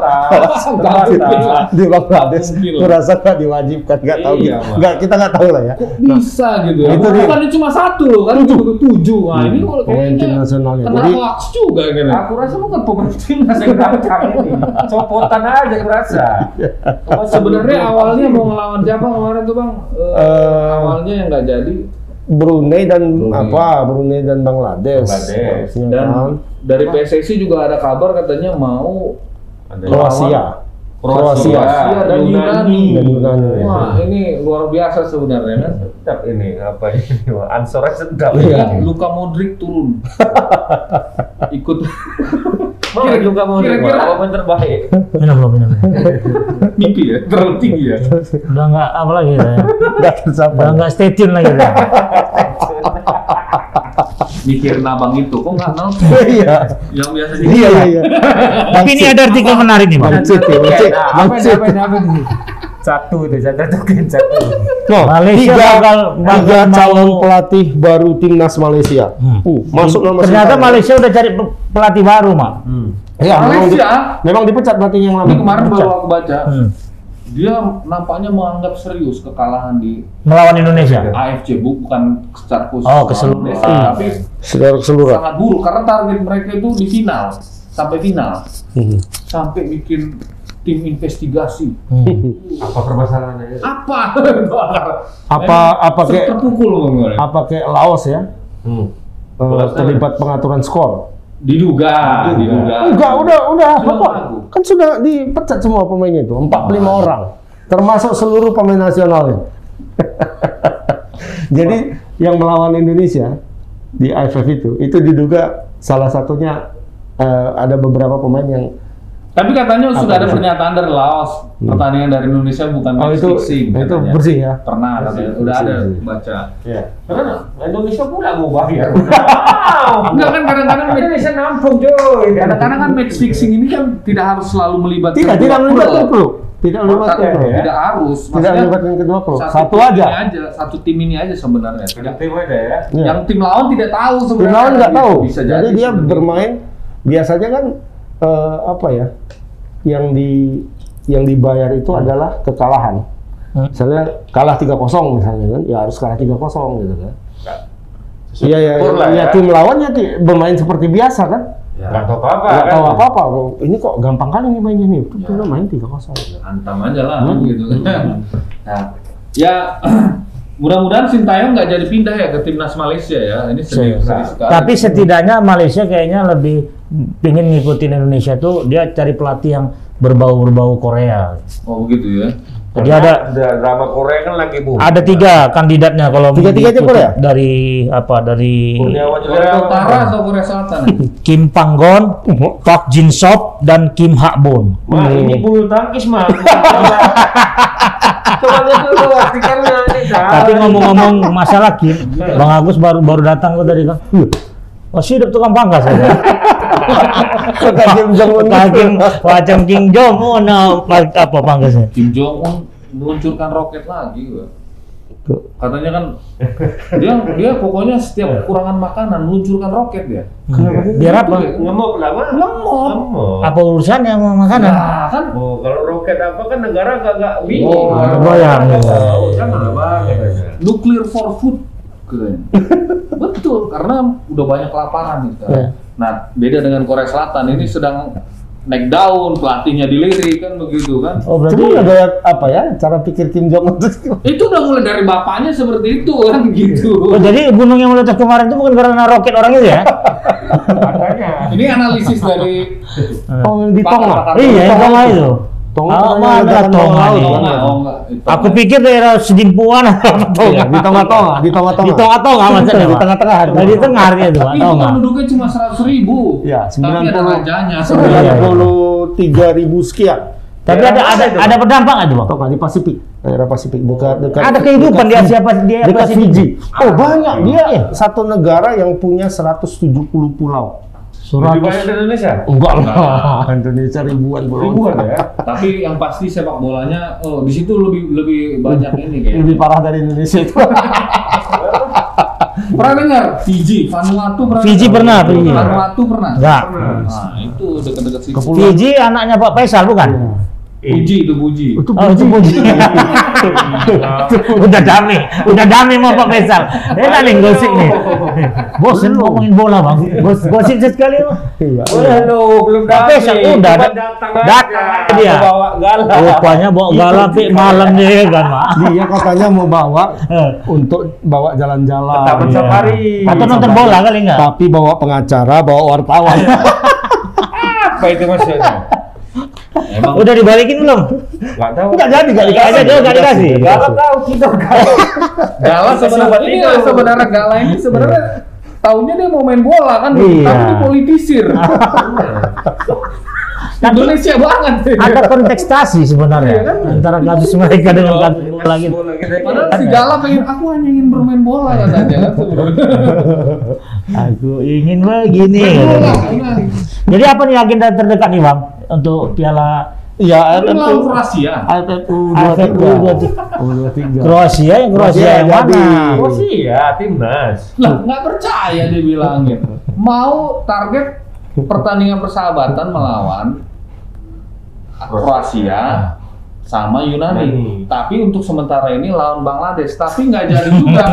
terbatas. Di Bangladesh, merasa nggak diwajibkan, nggak tahu. Kita nggak tahu lah ya. Kok bisa gitu ya? Itu dia. Bukan cuma 1 loh kan, 7. Nah ini kalau pemain tim kayaknya nasionalnya. kena hoax juga gitu. Aku rasa bukan pemain timnas yang datang ini, copotan aja berasa. Sebenarnya awalnya mau ngelawan siapa kemarin tuh bang? Awalnya yang nggak jadi Brunei dan Bangladesh. Dan dari PSSI juga ada kabar katanya mau Kroasia dan Yunani. Wah Ya. ini luar biasa sebenarnya kan. Sedap ini apa ini? Ansornya sedap. Luka Modric turun. Ikut. Kira-kira apa terbaik? Minum. Mimpi ya, terlalu tinggi ya. Udah nggak apa lagi ya. Nggak tercapai. Udah nggak stay tune lagi ya. Mikirin abang itu, kok nggak nol? Iya. Yang biasa Iya. Tapi ini ada artikel menarik nih, Bang. Apa satu. No, Malaysia tiga calon pelatih baru timnas Malaysia. Masuk nama Ternyata Malaysia udah cari pelatih baru, Mak. Ya, Malaysia memang dipecat pelatih yang lama. ini kemarin baru aku baca. Dia nampaknya menganggap serius kekalahan di Melawan Indonesia. AFC, bukan secara khusus. Keseluruhan. Tapi Secara keseluruhan. sangat buruk karena target mereka itu di final, sampai final, sampai bikin tim investigasi. Apa permasalahannya? Apa kayak terpukul ngomongnya. apa kayak Laos ya? Terlibat pengaturan skor. Diduga. Enggak, udah Sudah apa? ragu. Kan sudah dipecat semua pemainnya itu, 45 orang. Termasuk seluruh pemain nasionalnya. Jadi yang melawan Indonesia di AFF itu diduga salah satunya ada beberapa pemain yang Tapi katanya sudah ada pernyataan dari Laos, pertandingan dari Indonesia bukan match fixing. itu katanya. bersih ya. Pernah katanya, udah ada baca. Ya. Karena Indonesia pula mau bayar. Enggak kan kadang-kadang Indonesia nampung coy. kadang-kadang kan match fixing ini kan tidak harus selalu melibatkan Tidak melibatkan klub. Tidak Tidak melibatkan klub. Tidak harus. Tidak Maksudnya melibatkan kedua klub. Satu tim aja. ini aja. Satu tim ini aja sebenarnya. Tidak. Tim aja ya. Iya. Yang tim lawan tidak tahu Tim sebenarnya. lawan nggak tahu. Bisa Jadi jadi dia sebenarnya. bermain biasanya kan apa ya? Yang dibayar itu adalah kekalahan. Misalnya kalah 3-0 misalnya kan, ya harus kalah 3-0 gitu kan. Iya, tim lawan ya bermain seperti biasa kan. Nggak tahu apa-apa. Nggak tahu apa-apa. Ini kok gampang kali nih mainnya nih. Kita main 3-0. Hantam aja lah gitu kan. Nah, ya mudah-mudahan Sintayong nggak jadi pindah ya ke timnas Malaysia ya. Ini sedih sekali. Tapi setidaknya Malaysia kayaknya lebih pingin ngikutin Indonesia tuh, dia cari pelatih yang berbau Korea. Oh begitu ya. Jadi ada drama Korea kan lagi boom. Ada 3 kandidatnya kalau Tiga-tiganya mengikuti Korea? dari Kurniawan Korea Utara atau Korea Selatan? Kim Panggon, Park Jin Sop, dan Kim Hak Bon. Wah, ini bulu tangkis mah. Coba lihat dulu artikelnya ini. Tapi ngomong-ngomong masalah Kim, Bang Agus baru datang kok tadi kan. Masih hidup tukang pangkas ya. Kota Kim Jong Un. Macam Kim Jong Un apa panggilnya? Kim Jong Un meluncurkan roket lagi, Pak. Katanya kan dia pokoknya setiap kekurangan makanan meluncurkan roket dia. Kenapa? Biar apa? Ngemok lama. Ngemok. Apa urusannya sama makanan? Nah, kan Oh, kalau roket apa kan negara kagak bingung. bayang. Jangan banget aja. nuclear for food katanya. Betul, karena udah banyak kelaparan nih. Iya. Nah, beda dengan Korea Selatan ini sedang naik daun, pelatihnya dilirik kan begitu kan. Oh, berarti Cuma ada apa ya cara pikir Kim Jong Un itu? Itu udah mulai dari bapaknya seperti itu kan gitu. Oh, jadi gunung yang meletus kemarin itu bukan karena roket orang itu ya? Katanya. Ini analisis dari Oh, di Tonga. Iya, yang Tonga itu. Tonga Oh, katanya ada ledakan Tonga bawah laut, nih. kan? enggak. Aku pikir daerah sedimpuan atau apa Iya, di Tonga-Tonga, di Di Tonga-Tonga. Tengah-tengah maksudnya. Di tengah-tengah. Nah, di tengah artinya itu, Pak. Itu Tengah. penduduknya cuma 100.000. Iya, Tapi ada 90. rajanya. 93.000 sekian. Tapi Daerah ada mana itu, ada berdampak nggak tuh, Bang? Tonga di Pasifik, daerah Pasifik dekat. Ada kehidupan dia siapa dia dekat Pasifik. Fiji. Oh, banyak. Dia satu negara yang punya 170 pulau. Lebih banyak dari Indonesia. Enggak lah, Indonesia ribuan pulau. Ribuan ya. Tapi yang pasti sepak bolanya di situ lebih banyak ini kayaknya. Lebih parah dari Indonesia itu. Pernah dengar Fiji, Vanuatu pernah? Fiji pernah, Fiji. Vanuatu pernah? Enggak. Nah, itu dekat-dekat situ. Fiji anaknya Pak Faisal bukan? Puji itu Puji. Oh, itu Puji. udah damai sama Pak Faisal. Enak nih gosip nih. Bosen ngomongin bola, Bang. Gosip sekali, Bang. Iya. Belum Tapi datang. udah Datang dia. bawa galah. Rupanya bawa galak malam dia kan, Pak. Dia katanya mau bawa untuk bawa jalan-jalan. Taman Iya. safari. Atau nonton bola kali enggak? Tapi bawa pengacara, bawa wartawan. Apa itu maksudnya? Emang Udah dibalikin belum? Enggak tahu. Enggak jadi, enggak Aja dia enggak dikasih. Enggak tahu kita kalau. Gala sebenarnya Gala ini sebenarnya tahunya dia mau main bola kan, Iya. tapi dia politisir. Indonesia banget. Ada kontestasi sebenarnya antara kasus mereka dengan kasus bola gitu. Padahal si Gala pengen aku hanya ingin bermain bola katanya kan sebenarnya. Aku ingin begini. Jadi apa nih agenda terdekat nih, Bang, untuk Piala Iya, Tapi melawan Kroasia. AFF AFF U23. Kroasia yang Kroasia mana? jadi. Oh sih ya, timnas. Lah nggak percaya dia bilangin. Mau target pertandingan persahabatan melawan Kroasia sama Yunani. Tapi untuk sementara ini lawan Bangladesh. Tapi nggak jadi juga.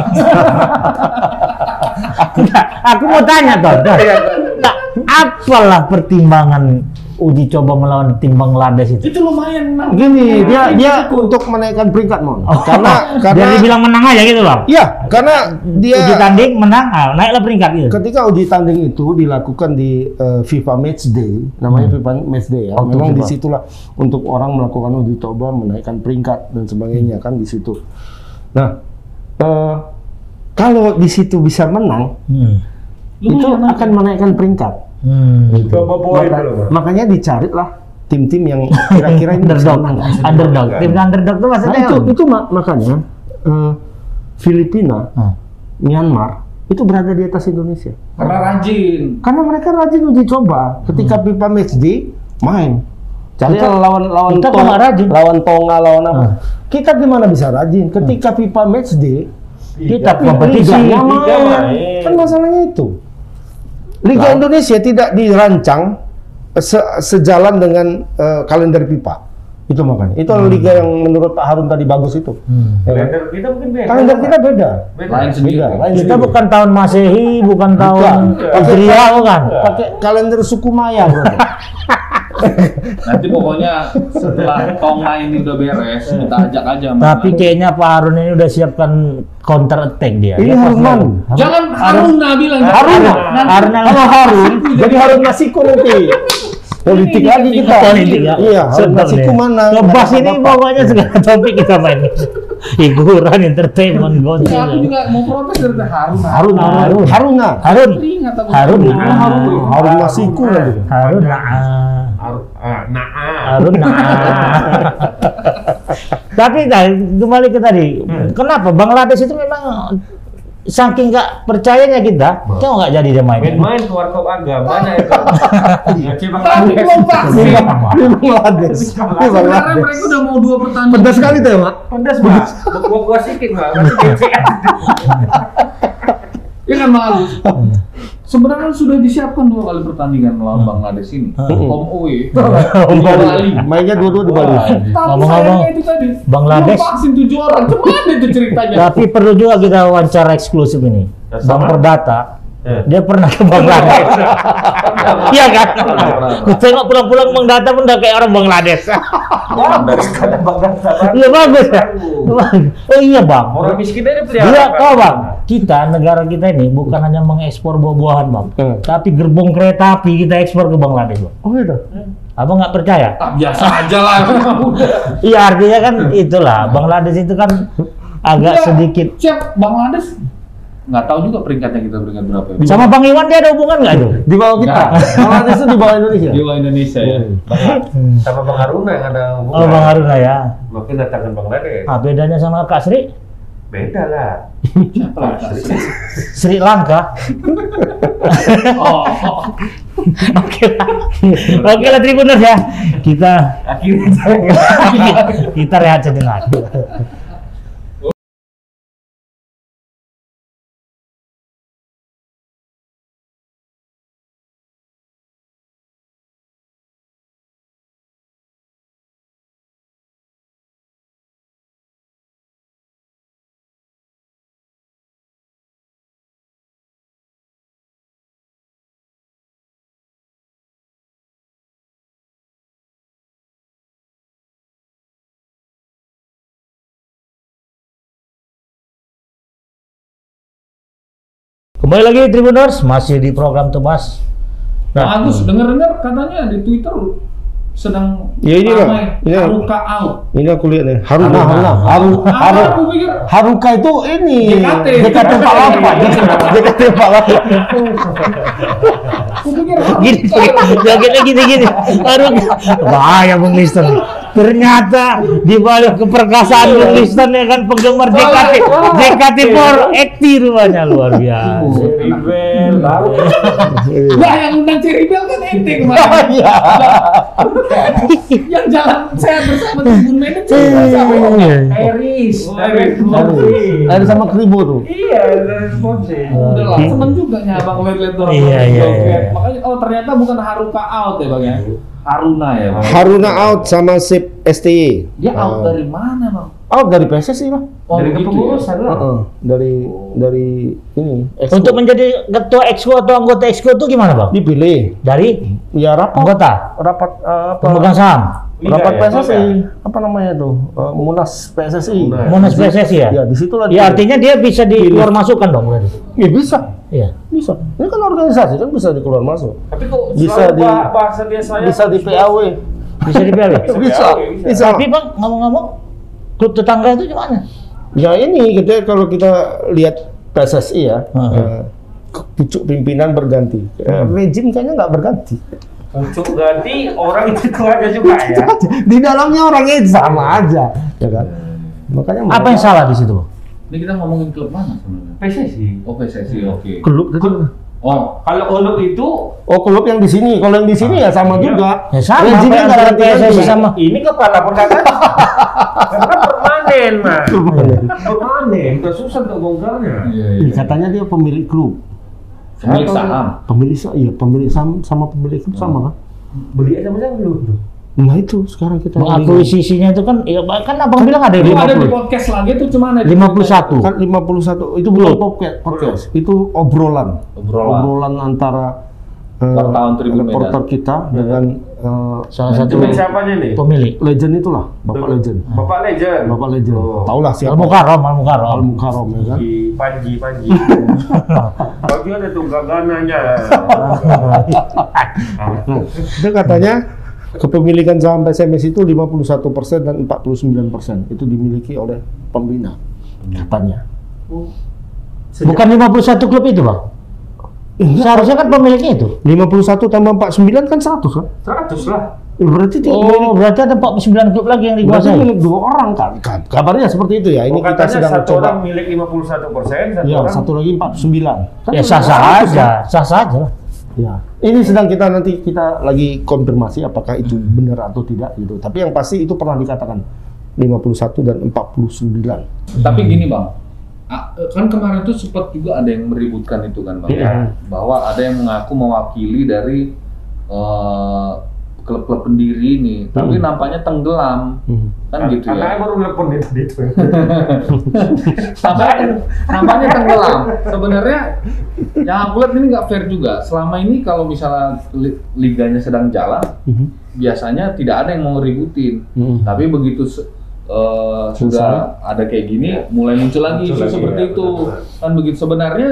Aku mau tanya toh. Nah, apalah pertimbangan uji coba melawan tim Bangladesh itu? Itu lumayan. Gini, dia untuk menaikkan peringkat, Mon. Karena Dia dibilang menang aja gitu, Bang. iya, karena dia Uji tanding menang, naiklah peringkat gitu. ketika uji tanding itu dilakukan di FIFA Match Day, namanya FIFA Match Day ya. Oh, Memang FIFA. disitulah untuk orang melakukan uji coba, menaikkan peringkat dan sebagainya kan di situ. Nah, kalau di situ bisa menang, itu akan menaikkan peringkat. Coba poin dulu. Makanya dicarilah tim-tim yang kira-kira ini bisa menang. Underdog. Tim underdog itu Nah, maksudnya itu makanya Filipina, Myanmar itu berada di atas Indonesia. Karena rajin. Karena mereka rajin uji coba. Ketika FIFA Match Day main. Cari lawan kita Tonga, nggak rajin. lawan Tonga, lawan apa? Kita gimana bisa rajin? Ketika FIFA Match Day kita kompetisi. liganya Liga main. main. Kan masalahnya itu. Liga Indonesia tidak dirancang sejalan dengan kalender FIFA. Itu makanya. Itu liga yang menurut Pak Harun tadi bagus itu. Ya kan? Kalender kita mungkin beda. Kalender kita beda. Lain sendiri. Lain Kita sendiri. bukan tahun Masehi, bukan tahun Hijriah, bukan. Pakai kalender suku Maya, bro. Nanti pokoknya setelah Tonga ini udah beres, kita ajak aja. Tapi kayaknya Pak Harun ini udah siapkan counter attack dia. Ini Dia Harun pasti- Manu. jangan Haruna bilang. Haruna. Harun Kalau Harun, jadi Harun Masiku nanti. Politik lagi kita. Politik ya. Iya, Harun Sedap Masiku nih. mana? Coba Kata sini Bapak. pokoknya segala topik kita main. Hiburan, entertainment, Aku goceng. juga mau protes dari Haruna. Haruna. Harun. Ingat aku. Harun. Harun Masiku nanti. Harun. Harun. Tapi kembali ke tadi. Kenapa Bangladesh itu memang saking nggak percayanya kita nggak jadi dia main. Main keluar kop agamanya itu. Ya Tapi belum vaksin. Bangladesh. Sebenarnya mereka udah mau 2 pertandingan. Pedas sekali tuh ya, Mak. pedas, Pak. Gua sikit, Pak. Masih kecil. Ya kan Bang Agus? Sebenarnya sudah disiapkan 2 kali pertandingan melawan Bangladesh ini. Home away. Di Bali. Mainnya dua-dua di Bali. Tapi Ngomong-ngomong, sayangnya itu tadi. Bangladesh- belum vaksin 7 orang. Gimana itu ceritanya? Tapi perlu juga kita wawancara eksklusif ini. Ya, Bang sama. Perdata, dia pernah ke Bangladesh. Iya kan? Ku tengok pulang-pulang Bang Data pun udah kayak orang Bangladesh. Dari kata bangsa, Pak. Iya bagus ya. Oh iya Bang. Orang miskin aja Dia pelihara. kau Bang, kita negara kita ini bukan hanya mengekspor buah-buahan Bang, tapi gerbong kereta api kita ekspor ke Bangladesh Bang. Oh gitu. Abang nggak percaya? Biasa aja lah. Udah. Iya artinya kan itulah Bangladesh itu kan agak Iya, sedikit. Siap Bangladesh. Nggak tahu juga peringkatnya kita peringkat berapa ya. Sama Bang Iwan dia ada hubungan nggak itu? Di bawah kita. Bangladesh itu di bawah Indonesia. Di bawah Indonesia ya. Sama Bang Haruna yang ada hubungan. Oh Bang Haruna ya. Makin datangkan Bangladesh. Ah, bedanya sama Kak Sri? Beda lah. Siapa lah? Sri Lanka. Oh. Oke lah. Oke lah Tribuners ya. Kita kita rehat sejenak. Kembali lagi Tribuners, masih di program Tebas. Bang Agus, dengar-dengar katanya di Twitter sedang Ya, ini lah. ramai Ini lah. Haruka out. Ini aku lihat nih. Haruka. Aku pikir Haruka itu ini. JKT. JKT 48. JKT 48. aku pikir Gini, jogetnya gini-gini. Aduh, bahaya Bung Liston. Ternyata di balik keperkasaan Bung Liston ya kan penggemar JKT48 rupanya luar biasa. Ribel, tahu. Wah, yang undang Ceribel kan ente kemarin. Iya. Yang jalan saya bersama Tribun Medan siapa? Eris. Ada sama Kribo tuh. Iya, responsif. Udah lah, seneng juga nya Abang lihat-lihat orang Iya, iya, joget. iya. Makanya ternyata bukan Haruka out ya Bang ya. Haruna ya Bang. Haruna out sama Sip STY. Dia out dari mana Bang? Out dari PSSI lah. Oh, Dari begitu kepengurusan lah. Dari ini. Exco. Untuk menjadi ketua exco atau anggota exco itu gimana Bang? dipilih. Dari Ya rapat. anggota Apa? pemegang saham. Liga Rapat ya, PSSI. Liga. Apa namanya tuh? Munas PSSI. Munas PSSI ya? Ya, di situlah. Ya artinya dia bisa di luar masukkan dong berarti. Ya bisa. Iya. Bisa. Ini kan organisasi kan bisa di keluar masuk. Tapi kok Bisa selalu bahasa dia saya Bisa di PAW. Bisa dipilih. Bisa. Bisa. Tapi Bang, ngomong-ngomong klub tetangga itu gimana? Ya ini kita kalau kita lihat PSSI ya, pucuk pimpinan berganti, rejim kayaknya nggak berganti. pucuk ganti orang itu aja juga ya. Di dalamnya orangnya sama aja, ya kan? Makanya Apa yang salah di situ Bang? Ini kita ngomongin klub mana sebenarnya? PSSI. Oh PSSI, oke. klub tadi? Oh, Kalau Oluk itu Oh klub yang di sini, kalau yang di sini ya sama Iya. juga. Ya sama, Rejimnya apa nggak antara ganti-ganti. PSSI sama ini kepala perdagangan karena permanen, Mas. Permanen, udah susah untuk bongkarnya. iya Ih, katanya dia pemilik klub. Pemilik saham. Pemilik saham sama pemilik klub sama kan? Beli aja sama belum? Nah itu sekarang kita mengakuisisinya itu kan, ya kan abang bilang ada Itu ada di 50. podcast lagi itu cuma ada 51. kan 51 itu bukan podcast, itu obrolan antara Wartawan Tribun Medan. reporter kita dengan Salah satu Itu siapanya nih? pemilik. legend itulah, Bapak Legend. Bapak Legend. Bapak Legend. Oh. Taulah siapa? Al-Mukarram. Al-Mukarram ya kan? Panji. Bagi ada tuh gagananya. Itu katanya kepemilikan saham PSMS itu 51% dan 49% itu dimiliki oleh pembina katanya. Bukan 51 klub itu Bang? Seharusnya kan pemiliknya itu. 51 tambah 49 kan 100 kan? 100 lah. Berarti ada 49 klub lagi yang berarti dikuasai. milik 2 orang kan? Kabarnya seperti itu ya. Ini kita Katanya sedang satu coba. orang milik 51%, Ya, orang satu lagi 49. Kan Ya sah-sah aja lah. Ya, ini sedang kita lagi konfirmasi apakah itu benar atau tidak gitu. Tapi yang pasti itu pernah dikatakan 51 dan 49. Tapi gini Bang, kan kemarin tuh sempat juga ada yang meributkan itu kan Bang, Iya. bahwa ada yang mengaku mewakili dari klub-klub pendiri ini, tapi nampaknya tenggelam, kan gitu Karena ya. baru telepon itu. Nampaknya tenggelam. Sebenarnya yang aku lihat ini nggak fair juga. Selama ini kalau misalnya liganya sedang jalan, biasanya tidak ada yang mau ributin. Tapi begitu sudah ada kayak gini, mulai muncul lagi isu seperti ya, itu. benar. Kan begitu sebenarnya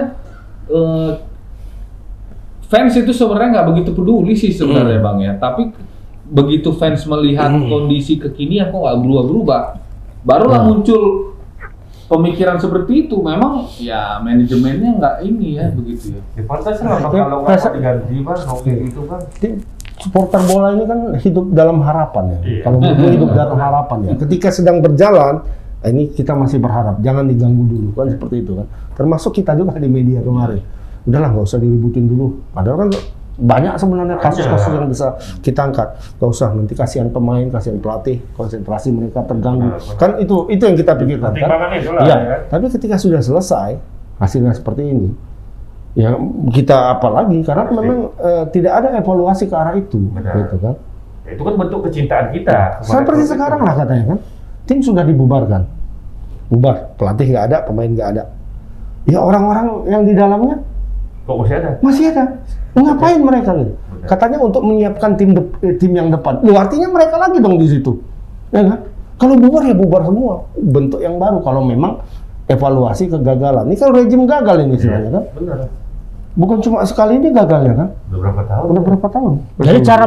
fans itu sebenarnya nggak begitu peduli sih sebenarnya Bang ya. Tapi begitu fans melihat kondisi kekinian kok nggak berubah-berubah, barulah muncul pemikiran seperti itu. Memang ya manajemennya nggak ini ya begitu ya. Ya pantas lah kalau nggak mau diganti Bang, oke gitu Bang. Supporter bola ini kan hidup dalam harapan ya. Iya. Kalau menurut gue hidup dalam harapan ya. Ketika sedang berjalan, ini kita masih berharap jangan diganggu dulu kan seperti itu kan. Termasuk kita juga di media kemarin. Udahlah nggak usah diributin dulu. Padahal kan banyak sebenarnya kasus-kasus yang bisa kita angkat. Nggak usah, nanti kasihan pemain, kasihan pelatih, konsentrasi mereka terganggu. Kan itu yang kita pikirkan kan. Pertimbangan itulah Iya. ya. Tapi ketika sudah selesai hasilnya seperti ini, ya kita apalagi karena memang tidak ada evaluasi ke arah itu, Benar. gitu kan. Itu kan bentuk kecintaan kita. kepada Seperti klub sekarang itu. lah katanya kan, tim sudah dibubarkan, bubar, pelatih nggak ada, pemain nggak ada. Ya orang-orang yang di dalamnya Kok masih ada? masih ada. Ngapain mereka gitu? Katanya untuk menyiapkan tim yang depan. Loh, artinya mereka lagi dong di situ, ya kan? Kalau bubar ya bubar semua, bentuk yang baru. Kalau memang evaluasi kegagalan, ini kan rejim gagal ini sebenarnya kan. Benar. Bukan cuma sekali ini gagalnya kan? Udah berapa tahun? Udah berapa tahun? Jadi cara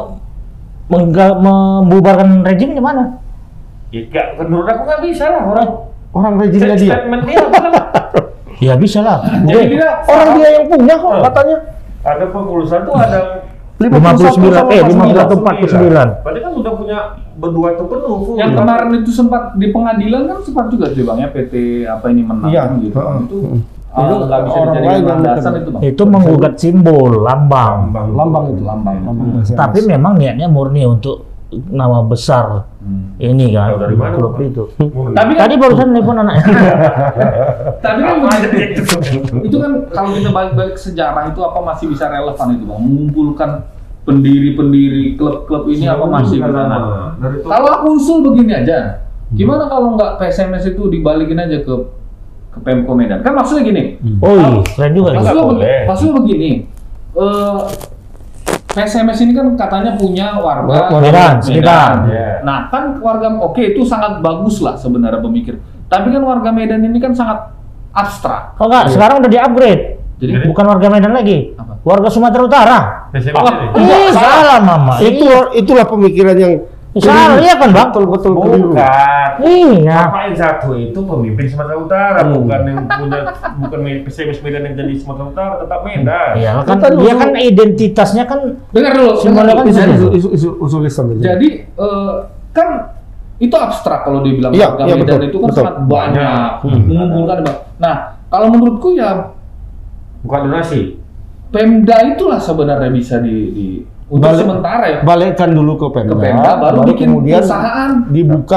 membubarkan rejim gimana? Ya, menurut aku nggak bisa lah Orang rejimnya dia. Statement dia apa lah? Ya bisa lah. Jadi dia Orang dia yang punya kok katanya. Ada pengurusan tuh ada 59, 49. Berarti kan udah punya berdua itu penuh. full. yang kemarin itu sempat di pengadilan kan sempat juga sih Bang ya, PT apa ini menang Iya. kan gitu. Itu Itu nggak bisa orang lain dijadikan yang landasan betul. itu Bang. Itu menggugat simbol, lambang. Lambang itu. Lambang. Tapi memang niatnya murni untuk nama besar ini kan, Tahu dari mana, klub Bang? itu. Tapi kan, Tadi barusan nelfon anaknya. tapi kan itu kan kalau kita balik-balik ke sejarah itu apa masih bisa relevan itu Bang? Mengumpulkan pendiri-pendiri klub-klub ini apa masih bisa? Nah, kalau aku usul begini aja, gimana kalau nggak PSMS itu dibalikin aja ke Pemko Medan? Kan maksudnya gini, Oh iya, keren juga. Nggak itu. boleh. maksudnya begini, PSMS ini kan katanya punya warga Medan, sekitar. Ya. Nah kan warga, oke itu sangat bagus lah sebenarnya pemikir. Tapi kan warga Medan ini kan sangat abstrak. Oh enggak, sekarang udah di-upgrade. Jadi Bukan warga Medan lagi. Apa? Warga Sumatera Utara. PSMS ini. Ih, salah mama. Itulah pemikiran yang Salah, iya kan Bang? betul keliru. Bukan. Iya. Bapak yang satu itu pemimpin Sumatera Utara, bukan yang punya PSMS Medan yang jadi Sumatera Utara, tetap Medan. Iya kan Kita dia usul- kan identitasnya kan dengar dulu. Simbolnya kan dengar dulu. Usul Islam aja. Jadi kan itu abstrak kalau dibilang Iya, warga iya, Medan betul, itu kan betul. sangat banyak mengumpulkan. Nah kalau menurutku ya Bukan donasi. Pemda itulah sebenarnya bisa di untuk sementara ya Balikkan dulu ke Pemda, ke Pemda baru bikin kemudian perusahaan. dibuka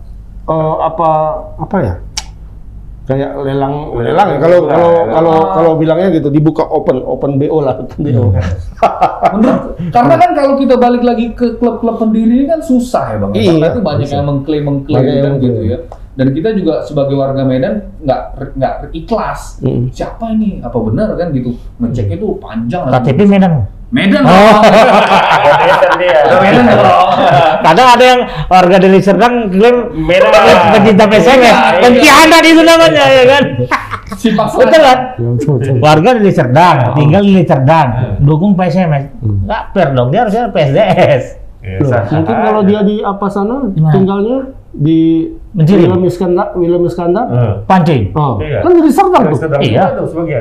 apa ya? Kayak lelang ya. Kalau bilangnya gitu, dibuka open BO lah. BO. Menurut, karena kan kalau kita balik lagi ke klub-klub pendiri ini kan susah ya Bang. Iya, Karena itu banyak yang mengklaim Banyak yang kan gitu mengklaim. ya. Dan kita juga sebagai warga Medan nggak ikhlas. Siapa ini? Apa benar kan gitu? Ngecek itu panjang. KTP Medan. Medan. Oh. Medan dong. Kadang ada yang warga Deli Serdang klaim Medan. pencinta PSMS. Pengkhianat itu namanya ya kan. Si Pak Betul kan? Betul. Warga Deli Serdang, tinggal di Deli Serdang, dukung PSMS. Nggak fair dong, dia harusnya PSDS. Mungkin kalau dia di apa sana Gimana? tinggalnya di Menciri. Willem Iskandar. Pancing. Oh, Iya. kan jadi Serdang tuh. Iya. Itu sebagian.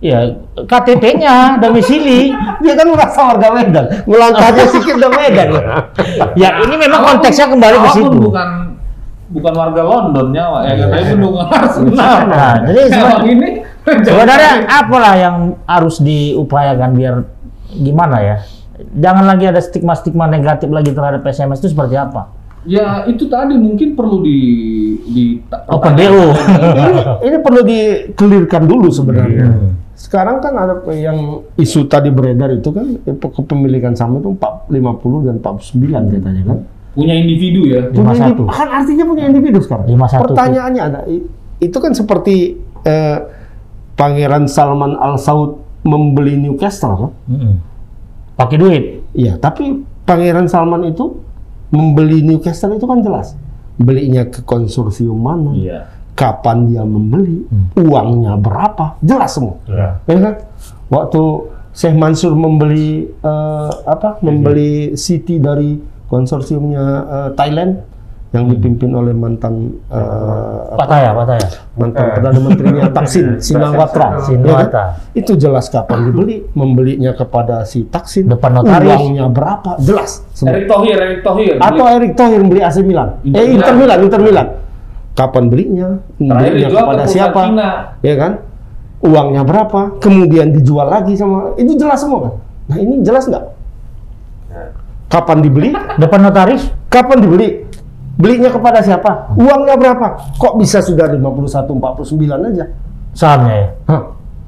Ya, KTP-nya, domisili. Dia kan merasa warga Medan, melangkahnya sedikit udah Medan. Ya, ini memang konteksnya kembali ke situ. Bukan warga Londonnya, Pak. Ya katanya pendukung Arsenal. Nah, jadi ini sebenarnya apalah yang harus diupayakan biar gimana ya? Jangan lagi ada stigma-stigma negatif lagi terhadap PSMS itu seperti apa? Ya itu tadi mungkin perlu Open BO. Ini perlu dikelirkan dulu sebenarnya. Sekarang kan ada yang isu tadi beredar itu kan kepemilikan saham itu 50 dan 49 katanya kan. Punya individu ya. 51. Kan artinya punya individu sekarang. 51. Pertanyaannya ada, itu kan seperti Pangeran Salman Al Saud membeli Newcastle kan? Pakai duit. Iya, tapi Pangeran Salman itu membeli Newcastle itu kan jelas. Belinya ke konsorsium mana? Iya. Kapan dia membeli? Uangnya berapa? Jelas semua. Ya. Ya kan? Waktu Syekh Mansur membeli membeli City dari konsorsiumnya Thailand yang dipimpin oleh mantan Pattaya. mantan Perdana Menterinya Thaksin Shinawatra. Shinawatra. Itu jelas kapan dibeli, membelinya kepada si Thaksin, Depan notaris. uangnya berapa, jelas. semua. Erick Thohir. Atau Erick Thohir beli AC Milan. Inter Milan. Kapan belinya dijual kepada ke siapa? China. Ya kan? Uangnya berapa? Kemudian dijual lagi sama, itu jelas semua kan? Nah ini jelas nggak? Kapan dibeli? Depan notaris. Kapan dibeli? Belinya kepada siapa? Uangnya berapa? Kok bisa sudah 51-49 aja? Sahamnya ya. Hah?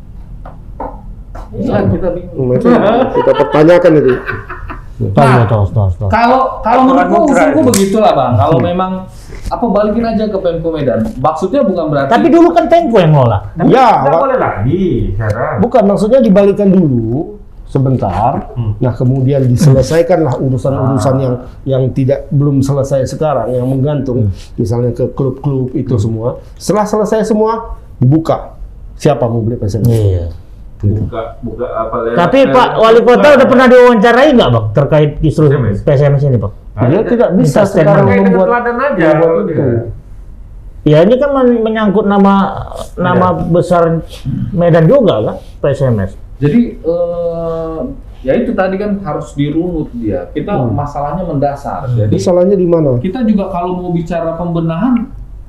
Iya, kita bingung. Kita pertanyakan itu. Tahu. Kalau menurutku usulku begitulah Bang. Kalau memang balikin aja ke Pemko Medan. Maksudnya bukan berarti. Tapi dulu kan Pemko yang ngelola. Ya, Nggak boleh lagi sekarang. bukan maksudnya dibalikan dulu sebentar. Nah, kemudian diselesaikanlah urusan-urusan yang belum selesai sekarang, yang menggantung misalnya ke klub-klub itu semua. Setelah selesai semua dibuka. Siapa mau beli PSMS? Iya. Buka apa lewat. Tapi Pak Wali Kota udah pernah diwawancarai nggak Bang terkait justru PSMS ini Pak? Dia tidak bisa Minta sekarang Kayak membuat teladan aja. membuat itu. Ya ini kan menyangkut nama besar Medan juga kan PSMS. Jadi ya itu tadi kan harus dirunut dia. Kita masalahnya mendasar. Jadi Masalahnya di mana? kita juga kalau mau bicara pembenahan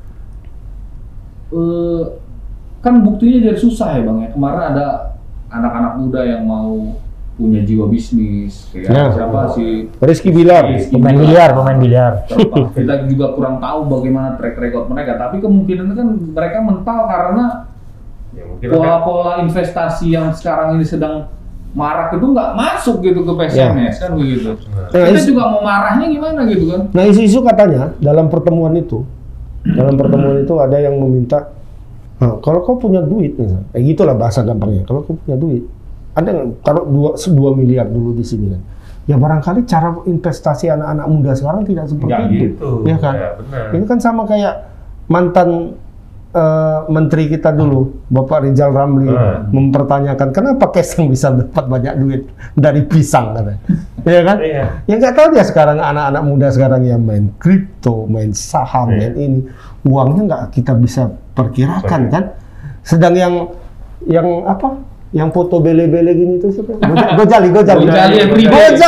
kan buktinya jadi susah ya Bang ya. Kemarin ada anak-anak muda yang mau punya jiwa bisnis kayak Ya. siapa sih Rizky Bilar. Pemain biliar. kita juga kurang tahu bagaimana track record mereka, tapi kemungkinan kan mereka mental karena Ya, mungkin pola-pola investasi yang sekarang ini sedang marak itu nggak masuk gitu ke PSMS kan begitu. Nah, Kita juga mau marahnya gimana gitu kan? Nah, isu-isu katanya dalam pertemuan itu ada yang meminta, kalau kau punya duit misalnya, gitulah bahasa gampangnya. Kalau kau punya duit, ada nggak taruh 2 miliar dulu di sini kan? Ya barangkali cara investasi anak-anak muda sekarang tidak seperti nggak itu, gitu. ya kan? Ya, benar. Ini kan sama kayak mantan menteri kita dulu, Bapak Rizal Ramli, mempertanyakan kenapa Kaisang bisa dapat banyak duit dari pisang katanya. Ya kan? Iya. Ya nggak tahu dia sekarang anak-anak muda sekarang yang main kripto, main saham, main ini, uangnya nggak kita bisa perkirakan kan. Sedang yang yang foto bele-bele gini itu siapa? Gojali Gojali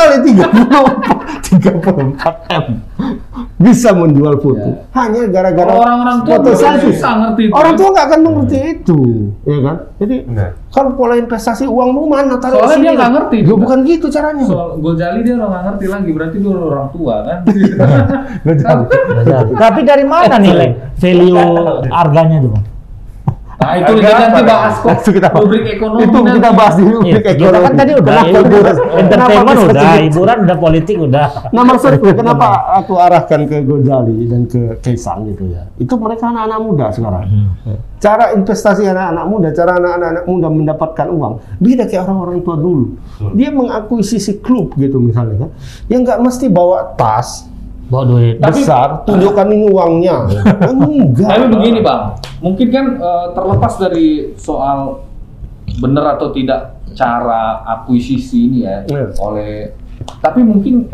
34 M bisa menjual foto hanya gara-gara Orang-orang tua foto selfie. susah ngerti itu. Orang tua nggak akan mengerti itu, ya kan? Jadi Benar. kalau pola investasi uangmu mana taruh Soalnya di sini dia nggak kan? ngerti Ya, juga. bukan gitu caranya. Soal Gojali dia udah nggak ngerti lagi, berarti dia orang tua kan? Gojali. Tapi dari mana nilai value harganya tuh Bang? Nah itu nanti bahas kok Itu kita rubrik ekonomi itu nanti. kita bahas di Iya, rubrik kita ekonomi. kan tadi udah Kenapa hiburan, bisa- entertainment kenapa bisa udah, sebut- hiburan udah, politik udah. Nah maksudku kenapa aku arahkan ke Gojali dan ke Kaisang gitu ya? Itu mereka anak-anak muda sekarang. Cara investasi anak-anak muda, cara anak-anak muda mendapatkan uang beda kayak orang-orang tua dulu. Dia mengakuisisi klub gitu misalnya kan, yang nggak mesti bawa tas Bawa duit. besar, tunjukkan ini uangnya. Enggak. Tapi begini Bang, mungkin kan terlepas dari soal benar atau tidak cara akuisisi ini ya oleh, tapi mungkin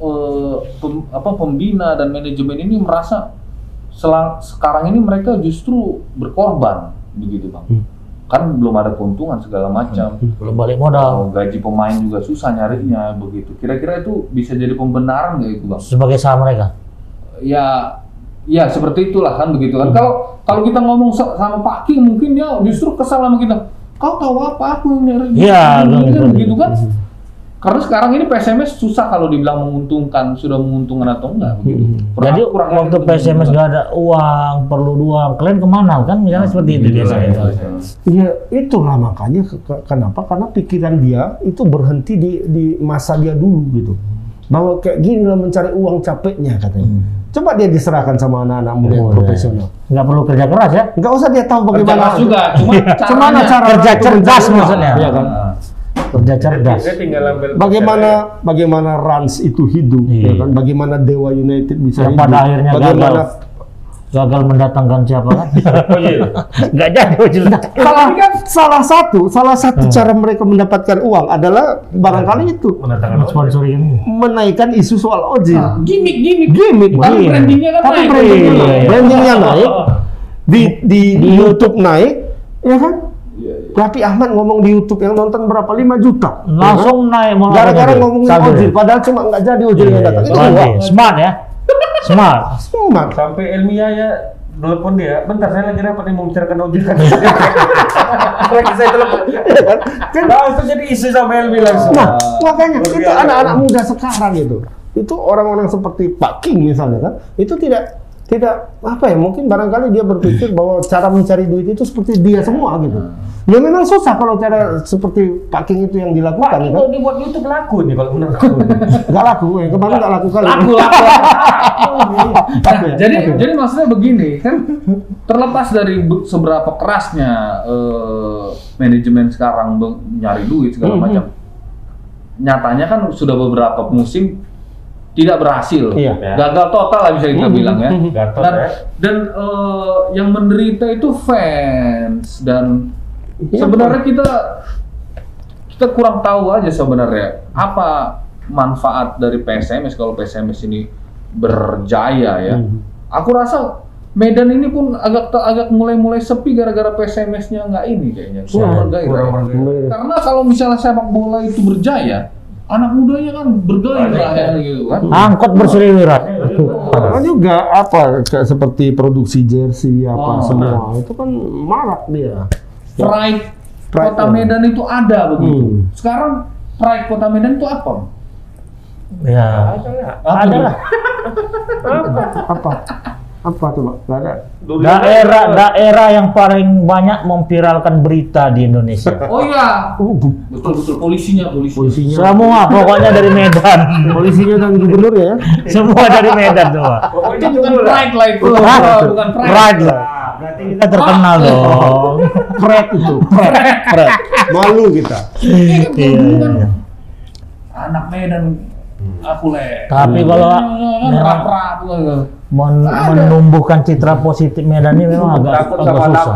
pembina dan manajemen ini merasa sekarang ini mereka justru berkorban begitu Bang. kan belum ada keuntungan segala macam. Belum balik modal. Gaji pemain juga susah nyarinya begitu. Kira-kira itu bisa jadi pembenaran nggak itu Bang? Sebagai saham mereka. Ya seperti itulah kan begitu kan. Kalau kita ngomong sama Pak King mungkin dia justru kesal sama kita. Kau tahu apa aku yang nyari? Iya, begitu kan. Karena sekarang ini PSMS susah kalau dibilang menguntungkan, sudah menguntungkan atau enggak begitu. Jadi waktu PSMS nggak ada uang, perlu uang, kalian kemana kan? Misalnya seperti itu biasanya. Iya, itulah makanya kenapa? Karena pikiran dia itu berhenti di masa dia dulu gitu. Bahwa kayak gini lah mencari uang capeknya katanya. Coba dia diserahkan sama anak-anak muda yang profesional. Nggak perlu kerja keras ya? Nggak usah dia tahu bagaimana. Kerja juga, cuma cara kerja cerdas maksudnya. Iya kan? Kerja cerdas. Bagaimana Rans itu hidup, ya kan? Bagaimana Dewa United bisa yang hidup. pada akhirnya Bagaimana gagal mendatangkan siapa kan? Nggak jadi. salah satu cara mereka mendapatkan uang adalah barangkali itu Sponsor ini. menaikkan isu soal ojil. Gimik. Tapi brandingnya kan naik. brandingnya naik, di YouTube naik, ya kan? Raffi Ahmad ngomong di YouTube yang nonton berapa? 5 juta. Langsung naik malah. Gara-gara ngomongin ojil, padahal cuma nggak jadi ojilnya datang. Itu uang. Smart ya. Smart. Sampai Elmia ya telepon dia, bentar saya lagi rapat nih mau bicarakan ojil kan. Lagi saya telepon. Kan langsung jadi isu sama Elmi langsung. Nah, makanya itu anak-anak muda sekarang itu orang-orang seperti Pak King misalnya kan, itu tidak apa ya, mungkin barangkali dia berpikir bahwa cara mencari duit itu seperti dia semua gitu. Ya memang susah kalau cara seperti Pak King itu yang dilakukan. Pak, ya kan? kalau dibuat YouTube laku nih kalau menurut aku. Nggak laku, kemarin nggak laku kali. Laku. Jadi maksudnya begini kan, terlepas dari seberapa kerasnya manajemen sekarang nyari duit segala macam, nyatanya kan sudah beberapa musim tidak berhasil, gagal total lah bisa kita bilang ya. Dan yang menderita itu fans dan sebenarnya kita kurang tahu aja sebenarnya apa manfaat dari PSMS kalau PSMS ini berjaya ya. Aku rasa Medan ini pun agak mulai sepi gara-gara PSMS-nya nggak ini kayaknya. Kurang bergairah. Karena kalau misalnya sepak bola itu berjaya, anak mudanya kan bergairah ya gitu kan. Angkot berseliweran. Juga apa kayak seperti produksi jersey semua itu kan marak dia. Pride Kota Medan itu ada begitu. Sekarang Pride Kota Medan itu apa? Ya, ada lah. Apa tuh, Pak? Nggak ada. Daerah yang paling banyak memviralkan berita di Indonesia. Oh iya, betul polisinya. Semua pokoknya dari Medan. Polisinya dan gubernur ya. Semua dari Medan semua. Itu bukan Pride lah itu. Bukan Pride lah. Berarti kita terkenal dong. Pride itu. Pride. Malu kita. Iya. Anak Medan. Aku Tapi kalau menumbuhkan citra positif Medan ini memang agak susah.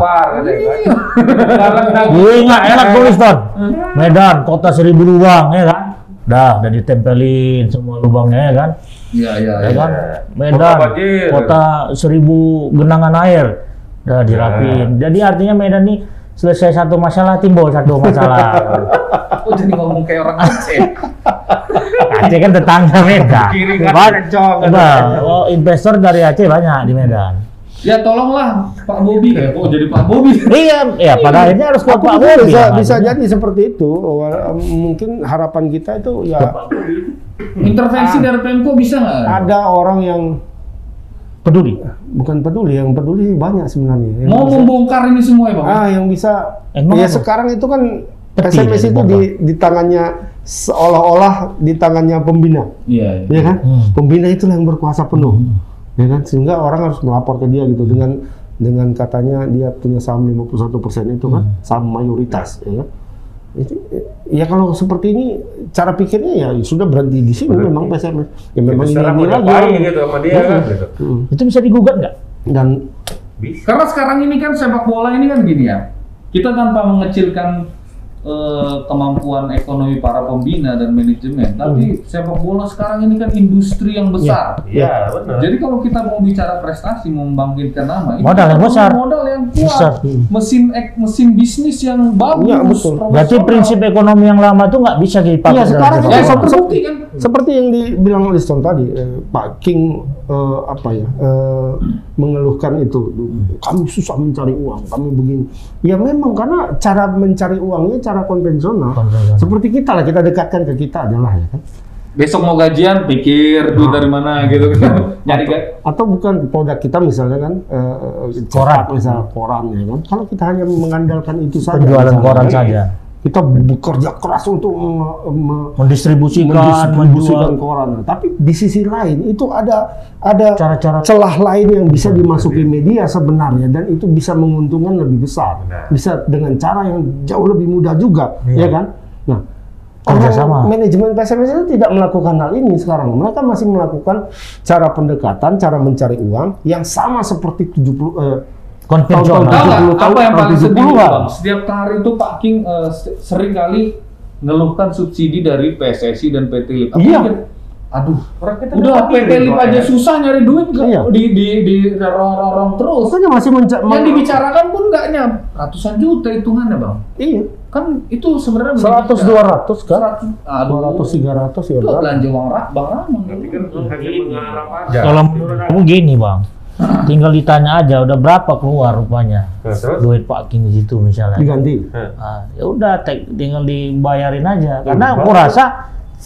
Gue nggak enak tulis Medan kota 1000 lubang ya kan? Udah ditempelin semua lubangnya ya kan? Iya. Kan? Medan kota 1000 genangan air udah dirapin. Jadi artinya Medan ini selesai satu masalah timbul satu masalah. Aku jadi ngomong kayak orang Aceh. Aceh kan tetangga Medan. Kiri kan investor dari Aceh banyak di Medan. Ya tolonglah Pak Bobi kayak jadi Pak Bobi. Iya, pada akhirnya harus ke Pak Bobi. Bisa jadi seperti itu. Mungkin harapan kita itu ya intervensi dari Pemko bisa nggak? Ada orang yang peduli. Bukan peduli, yang peduli banyak sebenarnya. Mau membongkar ini semua ya, Bang? Yang bisa. Ya sekarang itu kan PSMS itu di tangannya seolah-olah di tangannya pembina. Iya kan? Pembina itulah yang berkuasa penuh. Ya kan? Sehingga orang harus melapor ke dia gitu dengan katanya dia punya saham 51% itu kan, saham mayoritas ya. Ya kalau seperti ini cara pikirnya ya sudah berhenti di sini memang PSMS. Ya memang ini lagi gitu sama dia kan gitu. Itu bisa digugat nggak? Dan karena sekarang ini kan sepak bola ini kan gini ya. Kita tanpa mengecilkan kemampuan ekonomi para pembina dan manajemen, tapi sepak bola sekarang ini kan industri yang besar. Iya, benar. Jadi kalau kita mau bicara prestasi, mau membangkitkan nama, Modal yang besar. modal yang kuat, Besar. mesin bisnis yang bagus. Iya, betul. Berarti prinsip ekonomi yang lama tuh nggak bisa dipakai. Iya, sekarang dalam Ya, sepak bola. terbukti kan. Seperti yang dibilang oleh Stone tadi, Pak King mengeluhkan itu, kami susah mencari uang, kami begini. Ya memang karena cara mencari uangnya cara konvensional. Seperti kita lah, kita dekatkan ke kita adalah ya kan. Besok mau gajian, pikir duit dari mana gitu kan. Nyari kan. Atau bukan produk kita misalnya kan Koran. misalnya koran ya kan. Kalau kita hanya mengandalkan itu saja, Penjualan misalnya, koran kan, saja. kita bekerja keras untuk Mendistribusikan, menjual. koran. Tapi di sisi lain itu ada Cara-cara. celah lain yang bisa dimasuki media sebenarnya, dan itu bisa menguntungkan lebih besar. Benar. Bisa dengan cara yang jauh lebih mudah juga, Iya. ya kan? Nah, Kerjasama. manajemen PSMS itu tidak melakukan hal ini sekarang. Mereka masih melakukan cara pendekatan, cara mencari uang yang sama seperti 70 Konvensional. Tahu nggak 70 tahun, apa yang paling sedih 70-an. Bang? Setiap hari itu Pak King sering kali ngeluhkan subsidi dari PSSI dan PT LIP. Aku Iya. mikir, aduh, Orang kita udah dapat PT pilih LIP kok, aja ya. susah nyari duit Iya. di rorong terus. Makanya masih Yang dibicarakan pun nggak nyampe ratusan juta hitungannya Bang. Iya. Kan itu sebenarnya 100-200 kan? 200-300 200-300 ya. itu Bang. belanja uang Bang Ramang. Tapi kan hanya mengharap aja. Kalau menurut aku gini bang, tinggal ditanya aja udah berapa keluar rupanya Nah, terus? duit Pak King di situ misalnya. Diganti. Ya udah tinggal dibayarin aja. Karena aku rasa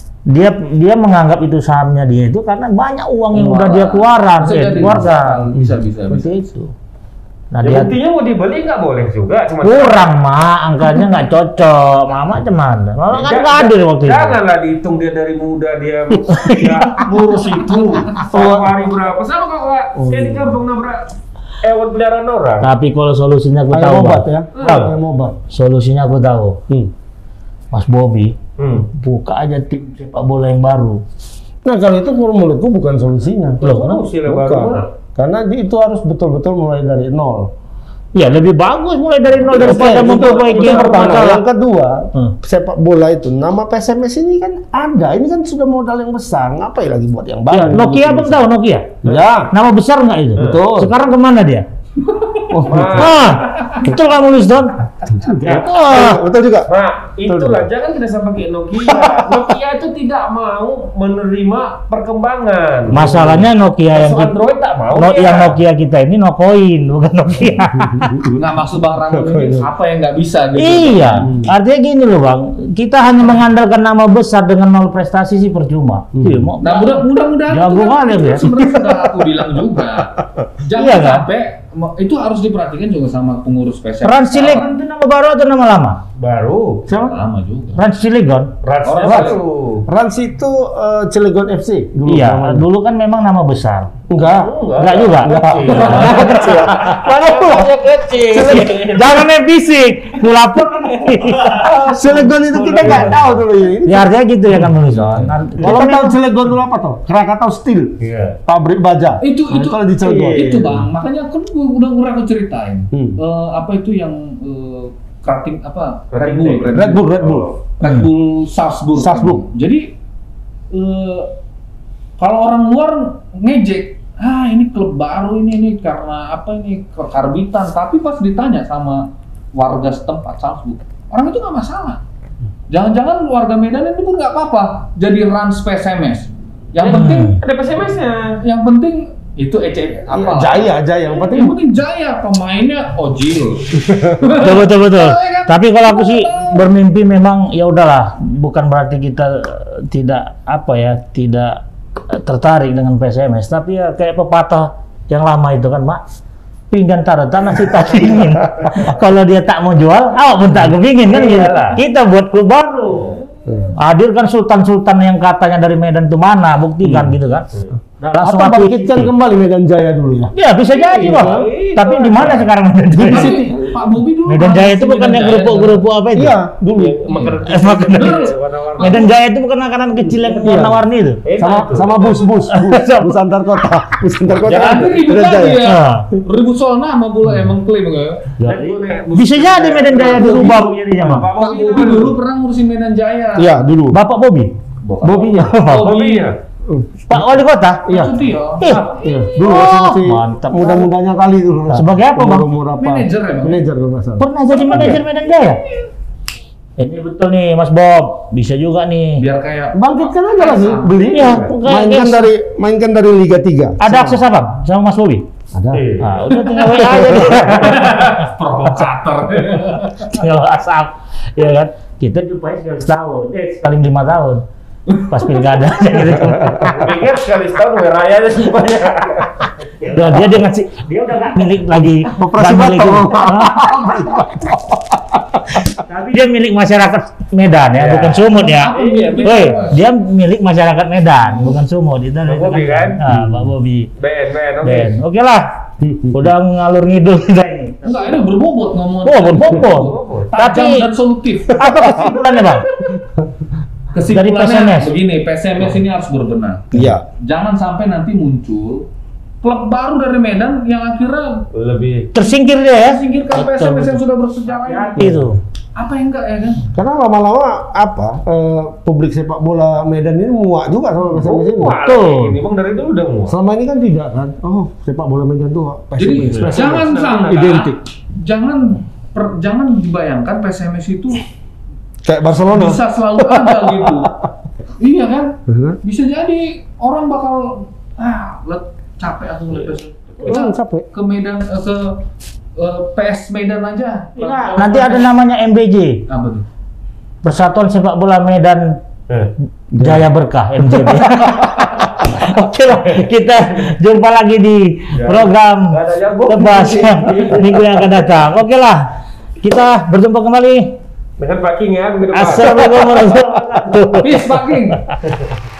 dia menganggap itu sahamnya dia itu karena banyak uang yang udah dia keluarkan. Bisa. Seperti itu. Nah Ya dia buktinya mau dibeli nggak boleh juga, cuma kurang mak, angkanya nggak cocok. Mama cuman, mama kan nggak hadir waktu itu. Janganlah dihitung dia dari muda dia ngurus itu. Hari berapa? Sama kakak, saya di kampung nabrak hewan peliharaan orang. Tapi kalau solusinya aku Kayak tahu, obat Bang. ya. Kayak obat. Solusinya aku tahu. Mas Bobby, buka aja tim sepak bola yang baru. Nah kalau itu menurutku bukan solusinya. Solusi lah baru. Bukan. Karena itu harus betul-betul mulai dari nol. Ya lebih bagus mulai dari nol daripada memperbaiki Itu yang pertama. bermasalah. Yang kedua, sepak bola itu nama PSMS ini kan ada. Ini kan sudah modal yang besar. Ngapain lagi buat yang Ya, baru? Nokia abang tahu Nokia? Ya. Nama besar nggak itu? Betul. Sekarang kemana dia? Betul kamu nulis Don? Betul juga. Nah, itulah jangan kita sampai pakai Nokia. Nokia itu tidak mau menerima perkembangan. Masalahnya Nokia yang Masuk Android tak mau. dia. yang Nokia kita ini Nokoin bukan Nokia. Nggak maksud Bang Ramon ini apa yang nggak bisa gitu. Iya, artinya gini loh Bang, kita hanya mengandalkan nama besar dengan nol prestasi sih percuma. Iya, mau. Nah mudah-mudahan Jago itu kali ya. sebenarnya sudah aku bilang juga. Jangan Iya, kan? sampai itu harus diperhatikan juga sama pengurus PSM. Rans Cilegon itu nama baru atau nama lama? Baru. Siapa? Lama juga. Rans Cilegon. Ransnya Orang baru. Rans itu Cilegon FC dulu. Iya, namanya. dulu kan memang nama besar. Enggak. Enggak juga. Kecil. Mana pula? Kecil. Jangan main fisik. Lu lapor. Cilegon itu kita nggak tahu dulu ini. Ya artinya gitu ya kan Munison. Kalau tahu Cilegon dulu apa tuh? Krakatau Steel. Iya. Pabrik baja. Itu Kalau di Cilegon. itu Bang, makanya kan udah aku ceritain. Apa itu yang Krating apa? Red Bull. Red Bull Salzburg. Jadi kalau orang luar ngejek, ini klub baru ini karena apa ini karbitan. Tapi pas ditanya sama warga setempat Salzburg, orang itu nggak masalah. Jangan-jangan warga Medan itu pun nggak apa-apa jadi Rans PSMS. Yang penting Ada PSMS-nya. yang penting itu apa? Jaya. Yang penting Yang penting Jaya, pemainnya Ojil. Betul. Tapi kalau aku sih bermimpi memang ya udahlah, bukan berarti kita tidak tertarik dengan PSMS, tapi ya kayak pepatah yang lama itu kan, Mak. Pinggan taruh tanah si tak ingin. Kalau dia tak mau jual, awak pun tak kepingin kan gitu. Kita buat klub baru. Hadirkan sultan-sultan yang katanya dari Medan itu mana, buktikan gitu kan. langsung Atau akui. bangkitkan kembali Medan Jaya dulu ya. Ya bisa jadi bang. Tapi di mana sekarang Medan Jaya? Pak Bobi dulu. Medan Jaya itu bukan yang gerupuk-gerupuk apa itu? Iya, dulu. Medan Jaya itu bukan makanan kecil yang warna-warni itu. Sama bus antar kota. Bus antar kota. Jangan ribut Medan lagi Jaya. ya. Ribut soal nama pula emang klaim enggak? Bisa jadi Medan Jaya dulu baru jadinya bang. Pak Bobi dulu pernah ngurusin Medan Jaya. Iya, dulu. Bapak Bobi, Bobinya. Bobi ya. Pak Wali Kota. Iya. Sudio. Iya, dulu masih mantap. muda-mudanya kali dulu. Sebagai apa, Bang? Umur apa? Manajer ya, Bang? Manajer kalau nggak salah. Pernah jadi manajer Medan Jaya. Ini betul nih Mas Bob, bisa juga nih. Biar kayak Bangkitkan aja lagi, beli. Iya, mainkan dari Liga 3. Ada akses apa sama Mas Bobi? Ada. Nah, udah tinggal WA aja deh. provokator. Tinggal WhatsApp, ya kan? Kita jumpai sekali setahun, sekali 5 tahun. Pas pilkada aja gitu. Pikir sekali setahun raya aja semuanya. Udah dia ngasih, dia udah nggak milik lagi. Operasi nggak milik- Batok. Tapi dia milik masyarakat Medan ya, bukan Sumut ya. Iya, Woi, dia milik masyarakat Medan, bukan Sumut. Itu Pak Bobi kan? Pak Bobi. Ben, oke. Ben, oke lah. Udah ngalur ngidul kita ini. Enggak, ini berbobot ngomong. Oh, berbobot. Tajam Tapi dan solutif. apa kesimpulannya, Bang? Kesimpulannya PSMS. begini, PSMS ini harus berbenah. Iya. Jangan sampai nanti muncul klub baru dari Medan yang akhirnya Lebih Tersingkir dia ya. singkirkan Betul, PSMS yang betul. sudah bersejarah ini. Itu. Apa yang enggak ya kan? Karena lama-lama publik sepak bola Medan ini muak juga sama PSMS ini. Betul. Ini Bang dari dulu udah muak. Selama ini kan tidak kan. Oh, sepak bola Medan tuh Jadi PSMS. jangan sangka Identik. jangan dibayangkan PSMS itu Kayak Barcelona. bisa selalu ada gitu. Iya kan? Bener. Bisa jadi orang bakal capek aku ngeliat PSMS. Kita Capek. ke Medan ke PS Medan aja. Nanti ada namanya MBJ. Apa tuh? Persatuan Sepak Bola Medan Jaya Berkah MJB. Oke lah, kita jumpa lagi di program Nggak ada jago. Tebas minggu yang akan datang. Oke lah, kita berjumpa kembali. Dengan packing ya minggu depan. Assalamualaikum warahmatullahi wabarakatuh. Peace, Pak King.